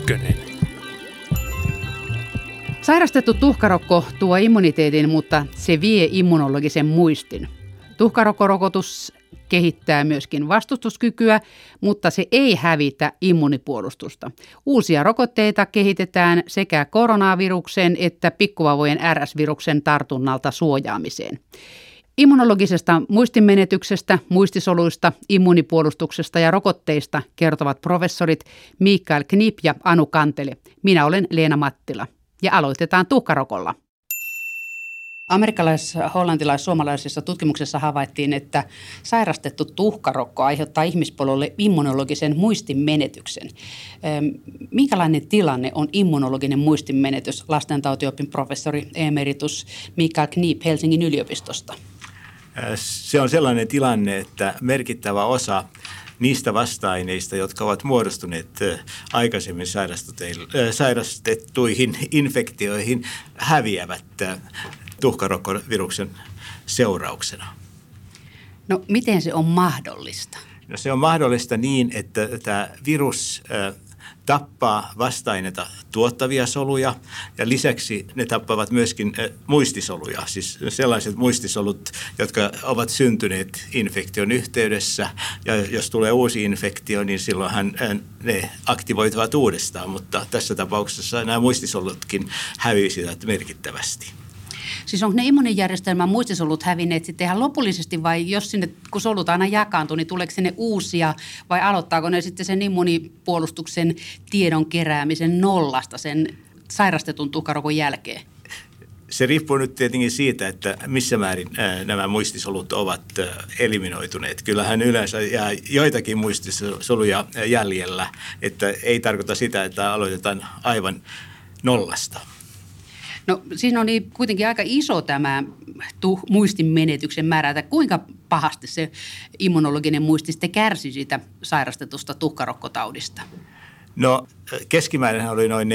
Sairastettu tuhkarokko tuo immuniteetin, mutta se vie immunologisen muistin. Tuhkarokkorokotus kehittää myöskin vastustuskykyä, mutta se ei hävitä immunipuolustusta. Uusia rokotteita kehitetään sekä koronaviruksen että pikkuvauvojen RS-viruksen tartunnalta suojaamiseen. Immunologisesta muistinmenetyksestä, muistisoluista, immunipuolustuksesta ja rokotteista kertovat professorit Mikael Knip ja Anu Kantele. Minä olen Leena Mattila ja aloitetaan tuhkarokolla. Amerikkalais-hollantilais-suomalaisessa tutkimuksessa havaittiin, että sairastettu tuhkarokko aiheuttaa ihmispololle immunologisen muistinmenetyksen. Minkälainen tilanne on immunologinen muistinmenetys? Lastentautiopin professori emeritus Mikael Knip Helsingin yliopistosta. Se on sellainen tilanne, että merkittävä osa niistä vasta-aineista, jotka ovat muodostuneet aikaisemmin sairastettuihin infektioihin, häviävät tuhkarokkoviruksen seurauksena. No miten se on mahdollista? No, se on mahdollista niin, että tämä virus tappaa vasta-aineita tuottavia soluja ja lisäksi ne tappavat myöskin muistisoluja, siis sellaiset muistisolut, jotka ovat syntyneet infektion yhteydessä ja jos tulee uusi infektio, niin silloinhan ne aktivoituvat uudestaan, mutta tässä tapauksessa nämä muistisolutkin hävisivät merkittävästi. Siis onko ne immuunijärjestelmän muistisolut hävinneet sitten ihan lopullisesti vai jos sinne, kun solut aina jakaantuu, niin tuleeko sinne uusia vai aloittaako ne sitten sen immunipuolustuksen tiedon keräämisen nollasta sen sairastetun tuhkarokon jälkeen? Se riippuu nyt tietenkin siitä, että missä määrin nämä muistisolut ovat eliminoituneet. Kyllähän yleensä jää joitakin muistisoluja jäljellä, että ei tarkoita sitä, että aloitetaan aivan nollasta. No siinä on kuitenkin aika iso tämä muistin menetyksen määrä, että kuinka pahasti se immunologinen muisti sitten kärsi siitä sairastetusta tuhkarokkotaudista? No keskimäärin oli noin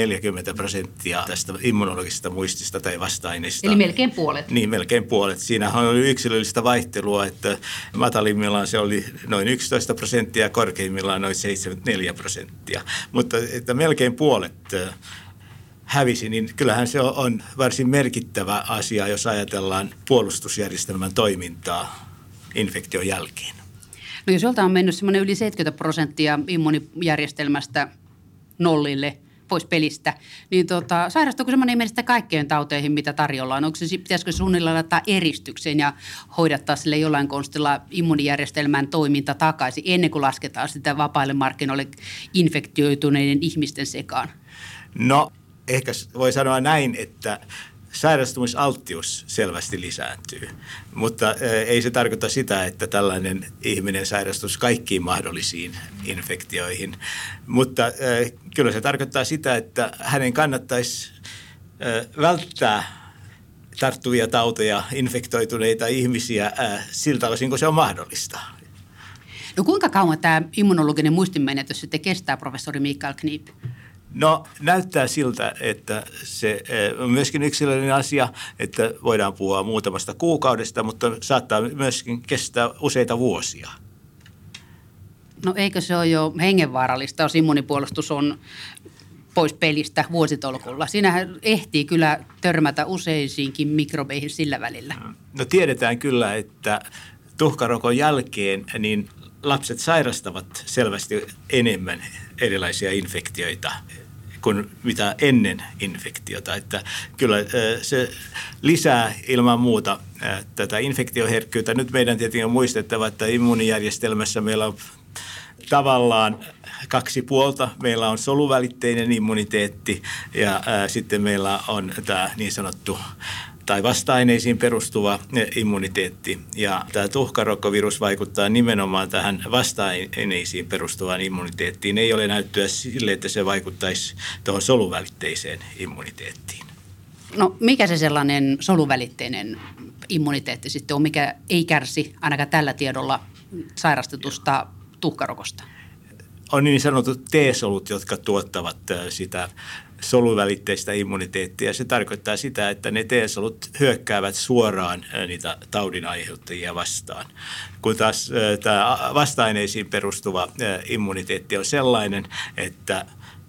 40% tästä immunologisesta muistista tai vasta-aineista. Eli melkein puolet? Niin, melkein puolet. Siinähän oli yksilöllistä vaihtelua, että matalimmillaan se oli noin 11% ja korkeimmillaan noin 74%. Mutta että melkein puolet hävisi, niin kyllähän se on varsin merkittävä asia, jos ajatellaan puolustusjärjestelmän toimintaa infektion jälkeen. No jos jolta on mennyt semmoinen yli 70% immuunijärjestelmästä nollille pois pelistä, niin sairastuuko semmoinen mielestä kaikkeen tauteihin, mitä tarjolla on? Pitäisikö suunnilleen laittaa eristykseen ja hoidattaa sille jollain konstilla immuunijärjestelmän toiminta takaisin ennen kuin lasketaan sitä vapaille markkinoille infektioituneiden ihmisten sekaan? No, ehkä voi sanoa näin, että sairastumisalttius selvästi lisääntyy, mutta ei se tarkoita sitä, että tällainen ihminen sairastuisi kaikkiin mahdollisiin infektioihin. Mutta kyllä se tarkoittaa sitä, että hänen kannattaisi välttää tarttuvia tauteja, infektoituneita ihmisiä siltä osin, kun se on mahdollista. No kuinka kauan tämä immunologinen muistinmenetys sitten kestää, professori Mikael Knip? No näyttää siltä, että se on myöskin yksilöllinen asia, että voidaan puhua muutamasta kuukaudesta, mutta saattaa myöskin kestää useita vuosia. No eikö se ole jo hengenvaarallista, jos immunipuolustus on pois pelistä vuositolkulla? Siinähän ehtii kyllä törmätä useisiinkin mikrobeihin sillä välillä. No tiedetään kyllä, että tuhkarokon jälkeen niin lapset sairastavat selvästi enemmän erilaisia infektioita kuin mitä ennen infektiota. Että kyllä se lisää ilman muuta tätä infektioherkkyyttä. Nyt meidän tietenkin on muistettava, että immuunijärjestelmässä meillä on tavallaan kaksi puolta. Meillä on soluvälitteinen immuniteetti ja sitten meillä on tämä niin sanottu tai vasta-aineisiin perustuva immuniteetti. Ja tämä tuhkarokkovirus vaikuttaa nimenomaan tähän vasta-aineisiin perustuvaan immuniteettiin. Ei ole näyttöä sille, että se vaikuttaisi tuohon soluvälitteiseen immuniteettiin. No mikä se sellainen soluvälitteinen immuniteetti sitten on, mikä ei kärsi ainakaan tällä tiedolla sairastetusta tuhkarokosta? On niin sanotut T-solut, jotka tuottavat sitä soluvälitteistä immuniteettia. Se tarkoittaa sitä, että ne T-solut hyökkäävät suoraan niitä taudin aiheuttajia vastaan. Kun taas tämä vasta-aineisiin perustuva immuniteetti on sellainen, että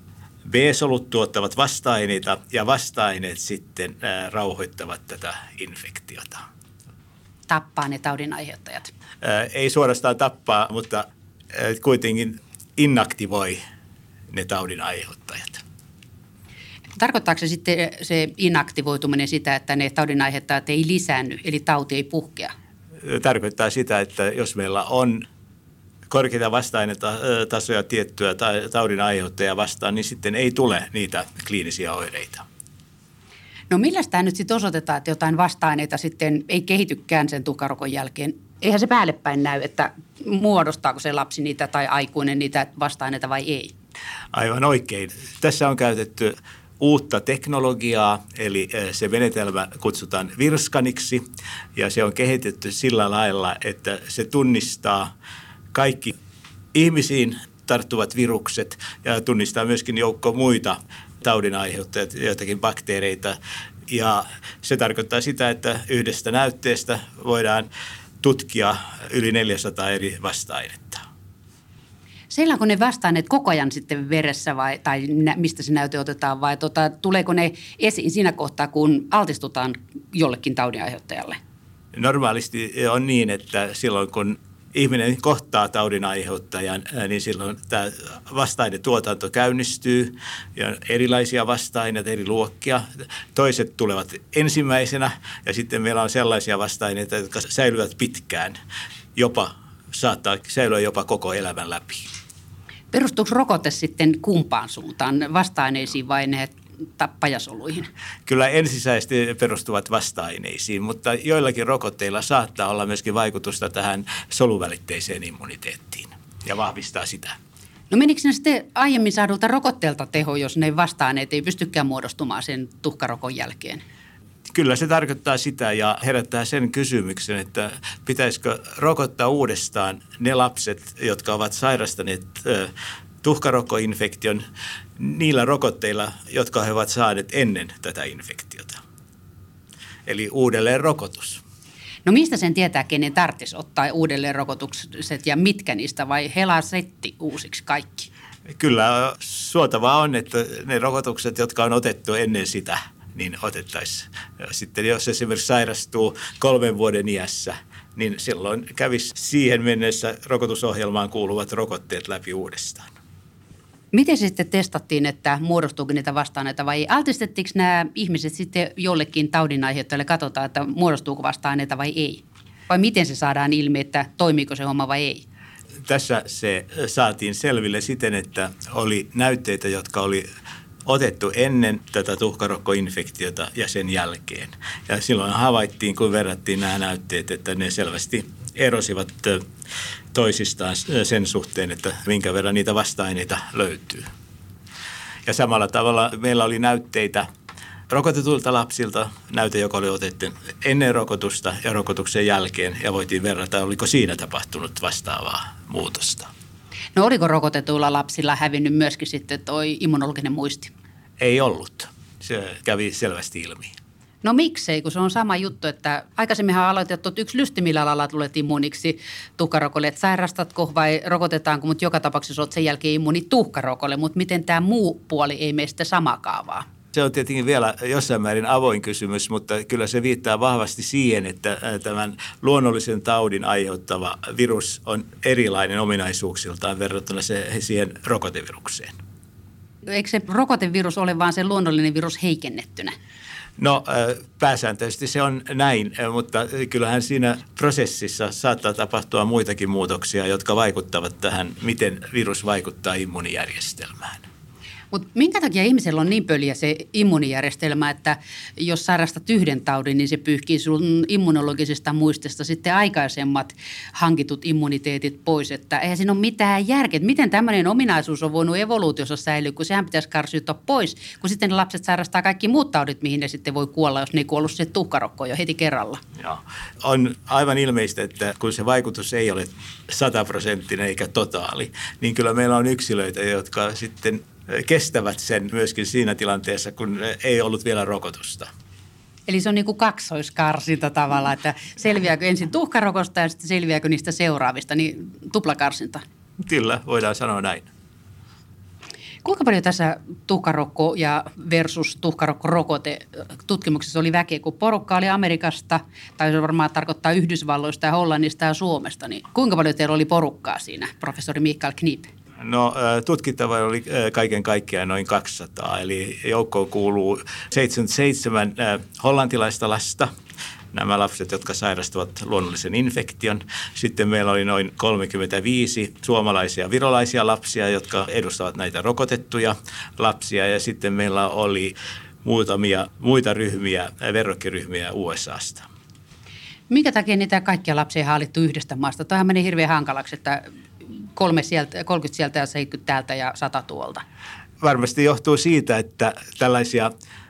B-solut tuottavat vasta-aineita ja vasta-aineet sitten rauhoittavat tätä infektiota. Tappaa ne taudin aiheuttajat. Ei suorastaan tappaa, mutta kuitenkin inaktivoi ne taudin aiheuttajat. Tarkoittaako se sitten se inaktivoituminen sitä, että ne taudin aiheuttajat ei lisäänny, eli tauti ei puhkea? Tarkoittaa sitä, että jos meillä on korkeita vasta-ainetasoja tiettyä taudin aiheuttajaa vastaan, niin sitten ei tule niitä kliinisiä oireita. No millä tämä nyt sitten osoitetaan, että jotain vasta-aineita sitten ei kehitykään sen tuhkarokon jälkeen? Eihän se päällepäin näy, että muodostaako se lapsi niitä tai aikuinen niitä vasta-aineita vai ei? Aivan oikein. Tässä on käytetty uutta teknologiaa, eli se menetelmä kutsutaan virskaniksi ja se on kehitetty sillä lailla, että se tunnistaa kaikki ihmisiin tarttuvat virukset ja tunnistaa myöskin joukko muita taudinaiheuttajia, joitakin bakteereita. Ja se tarkoittaa sitä, että yhdestä näytteestä voidaan tutkia yli 400 eri vasta-ainetta. Seillaanko ne vasta-aineet koko ajan sitten veressä tai mistä se näyte otetaan vai tuleeko ne esiin siinä kohtaa, kun altistutaan jollekin taudinaiheuttajalle? Normaalisti on niin, että silloin kun ihminen kohtaa taudin aiheuttajan, niin silloin tämä vasta-ainetuotanto käynnistyy ja erilaisia vasta-aineita, eri luokkia. Toiset tulevat ensimmäisenä ja sitten meillä on sellaisia vasta-aineita, jotka säilyvät pitkään, saattaa säilyä jopa koko elämän läpi. Perustuuko rokote sitten kumpaan suuntaan, vasta-aineisiin vai ne tappajasoluihin? Kyllä ensisijaisesti perustuvat vasta-aineisiin, mutta joillakin rokotteilla saattaa olla myöskin vaikutusta tähän soluvälitteiseen immuniteettiin ja vahvistaa sitä. No menikö ne sitten aiemmin saadulta rokotteelta teho, jos ne vasta-aineet ei pystykään muodostumaan sen tuhkarokon jälkeen? Kyllä se tarkoittaa sitä ja herättää sen kysymyksen, että pitäisikö rokottaa uudestaan ne lapset, jotka ovat sairastaneet tuhkarokkoinfektion niillä rokotteilla, jotka he ovat saaneet ennen tätä infektiota. Eli uudelleen rokotus. No mistä sen tietää, kenen tarvitsisi ottaa uudelleen rokotukset ja mitkä niistä vai helasetti uusiksi kaikki? Kyllä suotavaa on, että ne rokotukset, jotka on otettu ennen sitä, niin otettaisiin. Sitten jos esimerkiksi sairastuu 3 vuoden iässä, niin silloin kävisi siihen mennessä rokotusohjelmaan kuuluvat rokotteet läpi uudestaan. Miten se sitten testattiin, että muodostuuko niitä vasta-aineita vai altistettiinko nämä ihmiset sitten jollekin taudinaiheuttajalle? Katsotaan, että muodostuuko vasta-aineita vai ei. Vai miten se saadaan ilmi, että toimiiko se homma vai ei? Tässä se saatiin selville siten, että oli näytteitä, jotka oli otettu ennen tätä tuhkarokkoinfektiota ja sen jälkeen. Ja silloin havaittiin, kun verrattiin nämä näytteet, että ne selvästi erosivat toisistaan sen suhteen, että minkä verran niitä vasta-aineita löytyy. Ja samalla tavalla meillä oli näytteitä rokotetuilta lapsilta, näyte, joka oli otettu ennen rokotusta ja rokotuksen jälkeen, ja voitiin verrata, oliko siinä tapahtunut vastaavaa muutosta. No oliko rokotetuilla lapsilla hävinnyt myöskin sitten toi immunologinen muisti? Ei ollut. Se kävi selvästi ilmi. No miksei, kun se on sama juttu, että aikaisemminhan on aloitettu, että yksi lysti, millä alalla tulet immuuniksi tuhkarokolle, että sairastatko vai rokotetaanko, mutta joka tapauksessa olet sen jälkeen immuuni tuhkarokolle, mutta miten tämä muu puoli ei mene sitä samaa kaavaa? Se on tietenkin vielä jossain määrin avoin kysymys, mutta kyllä se viittaa vahvasti siihen, että tämän luonnollisen taudin aiheuttava virus on erilainen ominaisuuksiltaan verrattuna siihen rokotevirukseen. Eikö se rokotevirus ole vaan se luonnollinen virus heikennettynä? No pääsääntöisesti se on näin, mutta kyllähän siinä prosessissa saattaa tapahtua muitakin muutoksia, jotka vaikuttavat tähän, miten virus vaikuttaa immuunijärjestelmään. Mutta minkä takia ihmisellä on niin pöliä se immuunijärjestelmä, että jos sairastat yhden taudin, niin se pyyhkii sun immunologisesta muistista sitten aikaisemmat hankitut immuniteetit pois. Että eihän siinä ole mitään järkeä. Miten tämmöinen ominaisuus on voinut evoluutiossa säilyä, kun sehän pitäisi karsiutua pois, kun sitten ne lapset sairastaa kaikki muut taudit, mihin ne sitten voi kuolla, jos ne ei kuollut se tuhkarokkoon jo heti kerralla. Joo. On aivan ilmeistä, että kun se vaikutus ei ole 100% eikä totaali, niin kyllä meillä on yksilöitä, jotka sitten kestävät sen myöskin siinä tilanteessa, kun ei ollut vielä rokotusta. Eli se on niin kuin kaksoiskarsinta tavallaan, että selviääkö ensin tuhkarokosta ja sitten selviääkö niistä seuraavista, niin tuplakarsinta. Kyllä, voidaan sanoa näin. Kuinka paljon tässä tuhkarokko ja versus tuhkarokkorokote tutkimuksessa oli väkeä, kun porukka oli Amerikasta, tai se varmaan tarkoittaa Yhdysvalloista ja Hollannista ja Suomesta, niin kuinka paljon teillä oli porukkaa siinä, professori Mikael Knip? No tutkittava oli kaiken kaikkiaan noin 200, eli joukkoon kuuluu 77 hollantilaista lasta. Nämä lapset, jotka sairastuvat luonnollisen infektion. Sitten meillä oli noin 35 suomalaisia ja virolaisia lapsia, jotka edustavat näitä rokotettuja lapsia. Ja sitten meillä oli muutamia muita ryhmiä, verrokkiryhmiä USAsta. Minkä takia niitä kaikkia lapsia ei haalittu yhdestä maasta? Tämähän meni hirveän hankalaksi, että 30 sieltä ja 70 täältä ja 100 tuolta. Varmasti johtuu siitä, että tällaisia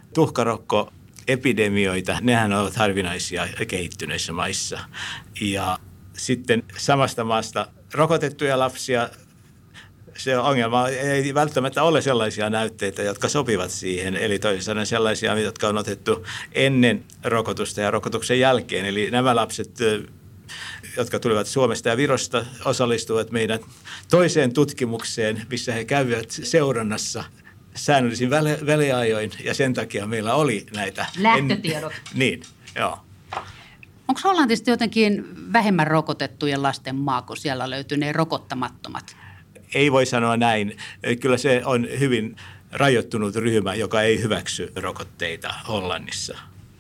tuhkarokkoepidemioita, nehän ovat harvinaisia kehittyneissä maissa. Ja sitten samasta maasta rokotettuja lapsia, se ongelma ei välttämättä ole sellaisia näytteitä, jotka sopivat siihen. Eli toisin sanoen sellaisia, jotka on otettu ennen rokotusta ja rokotuksen jälkeen. Eli nämä lapset, jotka tulivat Suomesta ja Virosta, osallistuvat meidän toiseen tutkimukseen, missä he käyvät seurannassa säännöllisin väliajoin, ja sen takia meillä oli näitä lähtötiedot. Niin, joo. Onko Hollantista jotenkin vähemmän rokotettujen lasten maa, kun siellä löytyy ne rokottamattomat? Ei voi sanoa näin. Kyllä se on hyvin rajoittunut ryhmä, joka ei hyväksy rokotteita Hollannissa.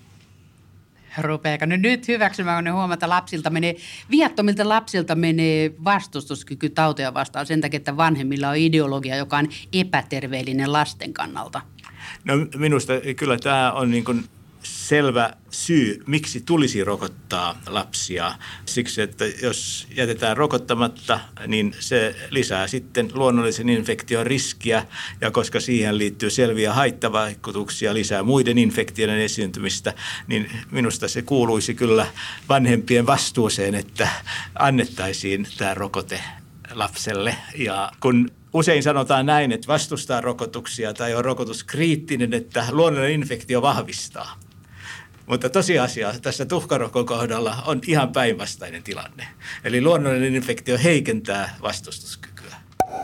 Rupeeko nyt hyväksymään, kun ne huomata viattomilta lapsilta menee vastustuskyky tauteja vastaan sen takia, että vanhemmilla on ideologia, joka on epäterveellinen lasten kannalta? No minusta kyllä tämä on niin kuin selvä syy, miksi tulisi rokottaa lapsia. Siksi, että jos jätetään rokottamatta, niin se lisää sitten luonnollisen infektion riskiä, ja koska siihen liittyy selviä haittavaikutuksia, lisää muiden infektioiden esiintymistä, niin minusta se kuuluisi kyllä vanhempien vastuuseen, että annettaisiin tämä rokote lapselle. Ja kun usein sanotaan näin, että vastustaa rokotuksia tai on rokotuskriittinen, että luonnollinen infektio vahvistaa. Mutta tosiasia tässä tuhkarokon kohdalla on ihan päinvastainen tilanne. Eli luonnollinen infektio heikentää vastustuskykyä.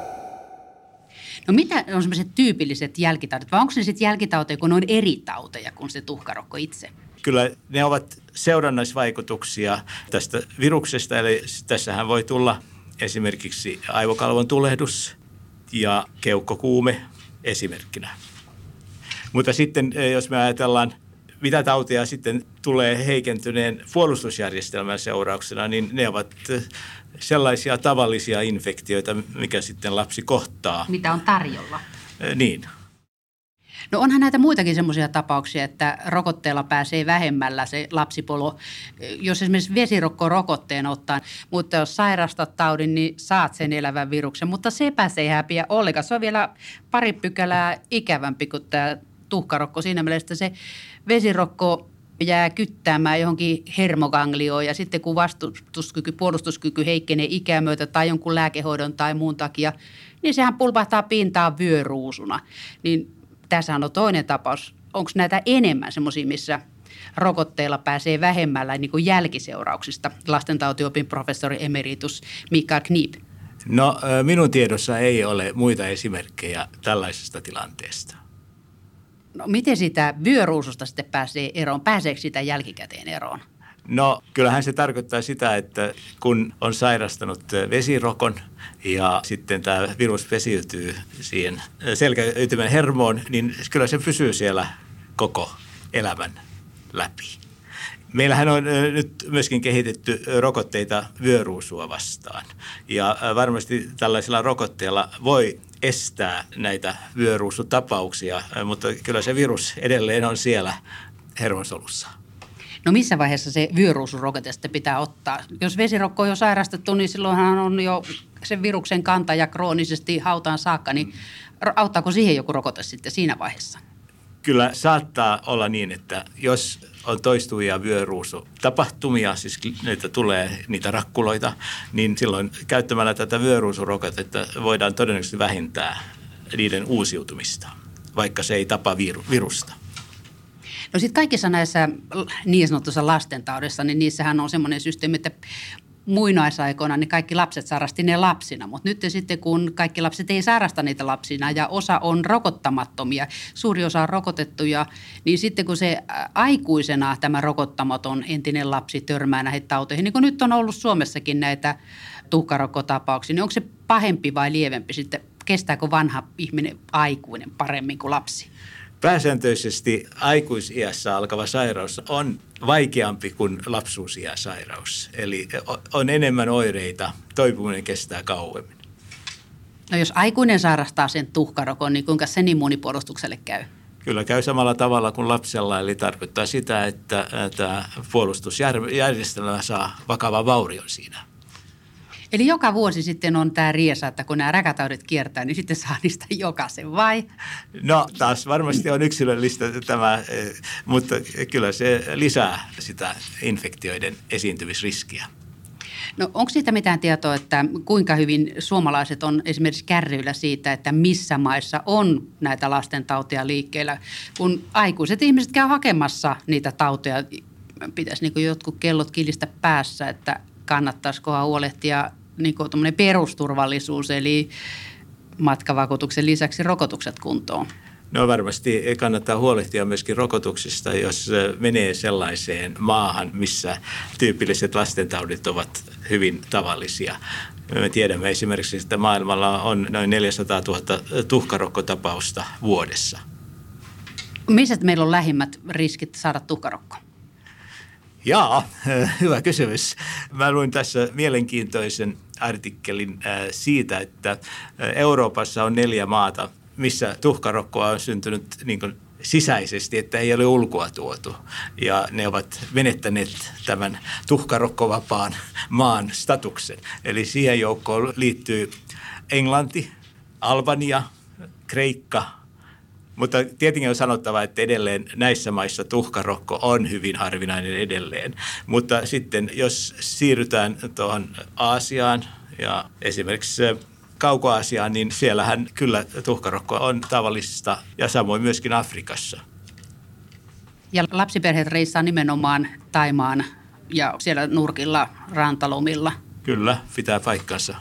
No mitä on sellaiset tyypilliset jälkitaudit, vai onko ne sitten jälkitauteja, kun ne on eri tauteja kuin se tuhkarokko itse? Kyllä ne ovat seurannaisvaikutuksia tästä viruksesta, eli tässähän voi tulla esimerkiksi aivokalvon tulehdus ja keuhkokuume esimerkkinä. Mutta sitten jos me ajatellaan, mitä tautia sitten tulee heikentyneen puolustusjärjestelmän seurauksena, niin ne ovat sellaisia tavallisia infektioita, mikä sitten lapsi kohtaa. Mitä on tarjolla? Niin. No onhan näitä muitakin semmoisia tapauksia, että rokotteella pääsee vähemmällä se lapsipolo. Jos esimerkiksi vesirokkorokotteen ottaa, mutta jos sairastat taudin, niin saat sen elävän viruksen. Mutta sepä se ei häpiä ollenkaan. Se on vielä pari pykälää ikävämpi kuin tämä tuhkarokko. Siinä mielessä se vesirokko jää kyttäämään johonkin hermoganglioon, ja sitten kun puolustuskyky heikkenee ikää myötä tai jonkun lääkehoidon tai muun takia, niin sehän pulpahtaa pintaan vyöruusuna. Niin tässä on toinen tapaus. Onko näitä enemmän semmoisia, missä rokotteilla pääsee vähemmällä niin kuin jälkiseurauksista? Lastentautiopin professori emeritus Mikael Knip. No minun tiedossa ei ole muita esimerkkejä tällaisesta tilanteesta. No miten sitä vyöruususta sitten pääsee eroon? Pääseekö sitä jälkikäteen eroon? No kyllähän se tarkoittaa sitä, että kun on sairastanut vesirokon ja sitten tämä virus vesiytyy siihen selkäytimen hermoon, niin kyllä se pysyy siellä koko elämän läpi. Meillähän on nyt myöskin kehitetty rokotteita vyöruusua vastaan, ja varmasti tällaisilla rokotteilla voi estää näitä vyöruusutapauksia, mutta kyllä se virus edelleen on siellä hermosolussa. No missä vaiheessa se vyöruusurokote sitten pitää ottaa? Jos vesirokko on jo sairastettu, niin silloinhan on jo sen viruksen kantaja kroonisesti hautaan saakka, niin auttaako siihen joku rokote sitten siinä vaiheessa? Kyllä saattaa olla niin, että jos on toistuvia vyöruusutapahtumia, siis niitä rakkuloita, niin silloin käyttämällä tätä vyöruusurokotetta voidaan todennäköisesti vähentää niiden uusiutumista, vaikka se ei tapa virusta. No sitten kaikissa näissä niin sanotussa lastentaudessa, niin niissähän on semmoinen systeemi, että muinaisaikoina niin kaikki lapset sairasti ne lapsina, mutta nyt sitten kun kaikki lapset ei sairasta niitä lapsina ja osa on rokottamattomia, suuri osa on rokotettuja, niin sitten kun se aikuisena tämä rokottamaton entinen lapsi törmää näihin tauteihin, niin kuin nyt on ollut Suomessakin näitä tuhkarokkotapauksia, niin onko se pahempi vai lievempi sitten? Kestääkö vanha ihminen aikuinen paremmin kuin lapsi? Pääsääntöisesti aikuisiässä alkava sairaus on vaikeampi kuin lapsuusiän sairaus. Eli on enemmän oireita, toipuminen kestää kauemmin. No jos aikuinen sairastaa sen tuhkarokon, niin kuinka sen immuunipuolustukselle käy? Kyllä käy samalla tavalla kuin lapsella, eli tarkoittaa sitä, että tämä puolustusjärjestelmä saa vakavan vaurion siinä. Eli joka vuosi sitten on tämä riesa, että kun nämä räkätaudit kiertää, niin sitten saa niistä jokaisen, vai? No taas varmasti on yksilöllistä tämä, mutta kyllä se lisää sitä infektioiden esiintymisriskiä. No onko siitä mitään tietoa, että kuinka hyvin suomalaiset on esimerkiksi kärryillä siitä, että missä maissa on näitä lastentauteja liikkeellä? Kun aikuiset ihmiset käy hakemassa niitä tauteja, pitäisi niin kuin jotkut kellot kilistä päässä, että kannattaisikohan huolehtia niin kuin perusturvallisuus, eli matkavakuutuksen lisäksi rokotukset kuntoon. No varmasti kannattaa huolehtia myöskin rokotuksista, jos menee sellaiseen maahan, missä tyypilliset lastentaudit ovat hyvin tavallisia. Me tiedämme esimerkiksi, että maailmalla on noin 400 000 tuhkarokkotapausta vuodessa. Missä meillä on lähimmät riskit saada tuhkarokko? Jaa, hyvä kysymys. Mä luin tässä mielenkiintoisen artikkelin siitä, että Euroopassa on 4 maata, missä tuhkarokkoa on syntynyt niin kuin sisäisesti, että ei ole ulkoa tuotu. Ja ne ovat menettäneet tämän tuhkarokkovapaan maan statuksen. Eli siihen joukkoon liittyy Englanti, Albania, Kreikka. Mutta tietenkin on sanottava, että edelleen näissä maissa tuhkarokko on hyvin harvinainen edelleen. Mutta sitten jos siirrytään tuohon Aasiaan ja esimerkiksi Kauko-Aasiaan, niin siellähän kyllä tuhkarokko on tavallista ja samoin myöskin Afrikassa. Ja lapsiperheet reissaa nimenomaan Thaimaan ja siellä nurkilla rantalomilla. Kyllä, pitää paikkansa.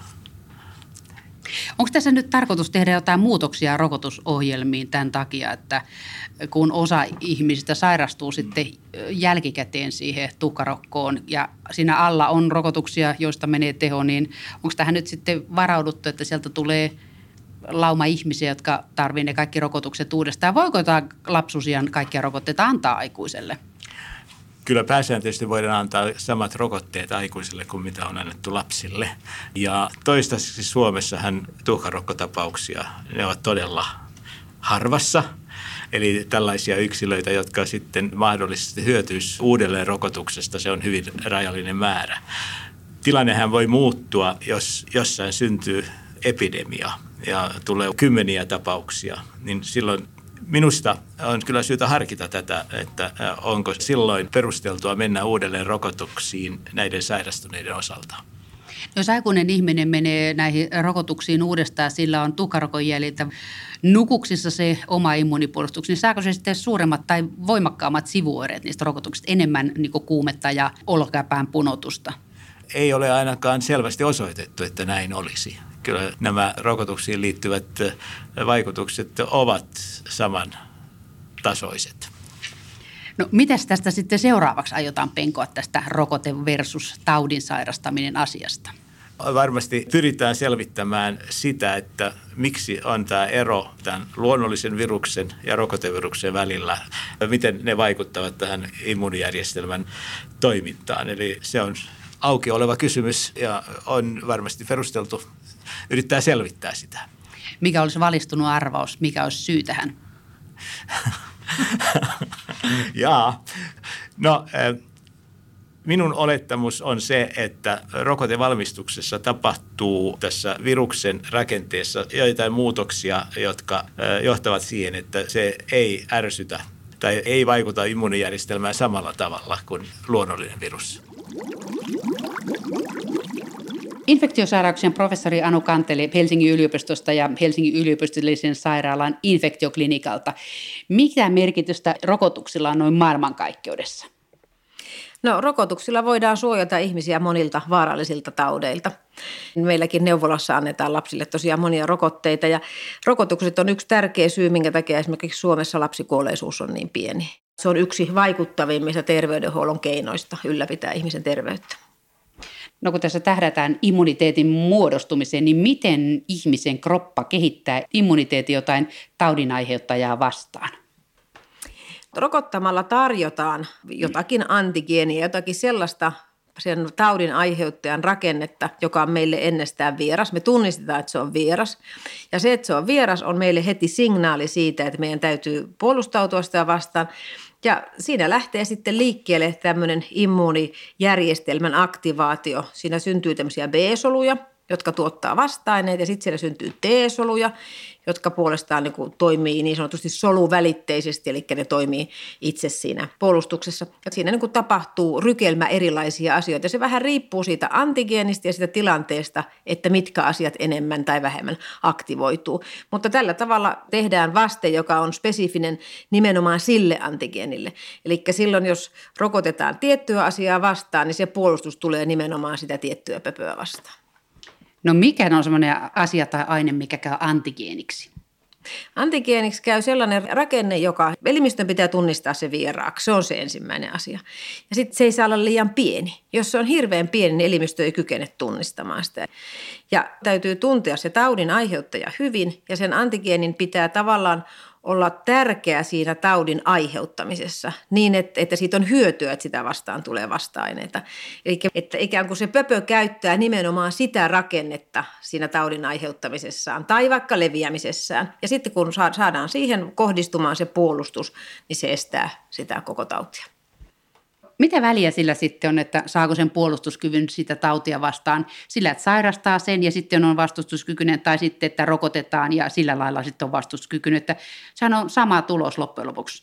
Onko tässä nyt tarkoitus tehdä jotain muutoksia rokotusohjelmiin tämän takia, että kun osa ihmisistä sairastuu sitten jälkikäteen siihen tuhkarokkoon ja siinä alla on rokotuksia, joista menee teho, niin onko tähän nyt sitten varauduttu, että sieltä tulee lauma ihmisiä, jotka tarvitsevat ne kaikki rokotukset uudestaan? Voiko jotain lapsuusiän kaikkia rokotteita antaa aikuiselle? Kyllä pääsääntöisesti voidaan antaa samat rokotteet aikuisille kuin mitä on annettu lapsille. Ja toistaiseksi Suomessahan tuhkarokkotapauksia, ne ovat todella harvassa. Eli tällaisia yksilöitä, jotka sitten mahdollisesti hyötyisivät uudelleen rokotuksesta, se on hyvin rajallinen määrä. Tilannehän voi muuttua, jos jossain syntyy epidemia ja tulee kymmeniä tapauksia, niin silloin minusta on kyllä syytä harkita tätä, että onko silloin perusteltua mennä uudelleen rokotuksiin näiden sairastuneiden osalta. Jos aikuinen ihminen menee näihin rokotuksiin uudestaan, sillä on tuhkarokon jäljiltä nukuksissa se oma immuunipuolustus, niin saako se sitten suuremmat tai voimakkaammat sivuoireet niistä rokotuksista, enemmän niin kuin kuumetta ja olkapään punotusta? Ei ole ainakaan selvästi osoitettu, että näin olisi. Kyllä nämä rokotuksiin liittyvät vaikutukset ovat samantasoiset. No mitäs tästä sitten seuraavaksi aiotaan penkoa tästä rokote versus taudin sairastaminen asiasta? Varmasti pyritään selvittämään sitä, että miksi on tämä ero tämän luonnollisen viruksen ja rokoteviruksen välillä, miten ne vaikuttavat tähän immuunijärjestelmän toimintaan. Eli se on auki oleva kysymys ja on varmasti perusteltu yrittää selvittää sitä. Mikä olisi valistunut arvaus? Mikä olisi syy tähän? Jaa. No, minun olettamus on se, että rokotevalmistuksessa tapahtuu tässä viruksen rakenteessa joitain muutoksia, jotka johtavat siihen, että se ei ärsytä tai ei vaikuta immuunijärjestelmään samalla tavalla kuin luonnollinen virus. Infektiosairauksien professori Anu Kantele Helsingin yliopistosta ja Helsingin yliopistollisen sairaalan infektioklinikalta. Mitä merkitystä rokotuksilla on noin maailmankaikkeudessa? No rokotuksilla voidaan suojata ihmisiä monilta vaarallisilta taudeilta. Meilläkin neuvolassa annetaan lapsille tosiaan monia rokotteita ja rokotukset on yksi tärkeä syy, minkä takia esimerkiksi Suomessa lapsikuolleisuus on niin pieni. Se on yksi vaikuttavimmista terveydenhuollon keinoista ylläpitää ihmisen terveyttä. No kun tässä tähdätään immuniteetin muodostumiseen, niin miten ihmisen kroppa kehittää immuniteetin jotain taudinaiheuttajaa vastaan? Rokottamalla tarjotaan jotakin antigeenia, jotakin sellaista sen taudin aiheuttajan rakennetta, joka on meille ennestään vieras. Me tunnistetaan, että se on vieras. Ja se, että se on vieras, on meille heti signaali siitä, että meidän täytyy puolustautua sitä vastaan. Ja siinä lähtee sitten liikkeelle tämmöinen immuunijärjestelmän aktivaatio. Siinä syntyy tämmöisiä B-soluja, jotka tuottaa vasta-aineita, ja sitten siellä syntyy T-soluja, jotka puolestaan toimii niin sanotusti soluvälitteisesti, eli ne toimii itse siinä puolustuksessa. Ja siinä tapahtuu rykelmä erilaisia asioita, ja se vähän riippuu siitä antigeenista ja siitä tilanteesta, että mitkä asiat enemmän tai vähemmän aktivoituu. Mutta tällä tavalla tehdään vaste, joka on spesifinen nimenomaan sille antigeenille. Eli silloin, jos rokotetaan tiettyä asiaa vastaan, niin se puolustus tulee nimenomaan sitä tiettyä pöpöä vastaan. No mikä on semmoinen asia tai aine, mikä käy antigeeniksi? Antigeeniksi käy sellainen rakenne, joka elimistön pitää tunnistaa se vieraaksi. Se on se ensimmäinen asia. Ja sitten se ei saa olla liian pieni. Jos se on hirveän pieni, niin elimistö ei kykene tunnistamaan sitä. Ja täytyy tuntea se taudin aiheuttaja hyvin, ja sen antigeenin pitää tavallaan olla tärkeä siinä taudin aiheuttamisessa niin, että siitä on hyötyä, että sitä vastaan tulee vasta-aineita. Eli että ikään kuin se pöpö käyttää nimenomaan sitä rakennetta siinä taudin aiheuttamisessaan tai vaikka leviämisessään. Ja sitten kun saadaan siihen kohdistumaan se puolustus, niin se estää sitä koko tautia. Mitä väliä sillä sitten on, että saako sen puolustuskyvyn sitä tautia vastaan sillä, että sairastaa sen ja sitten on vastustuskykyinen tai sitten, että rokotetaan ja sillä lailla sitten on vastustuskykyinen, että sehän on sama tulos loppujen lopuksi.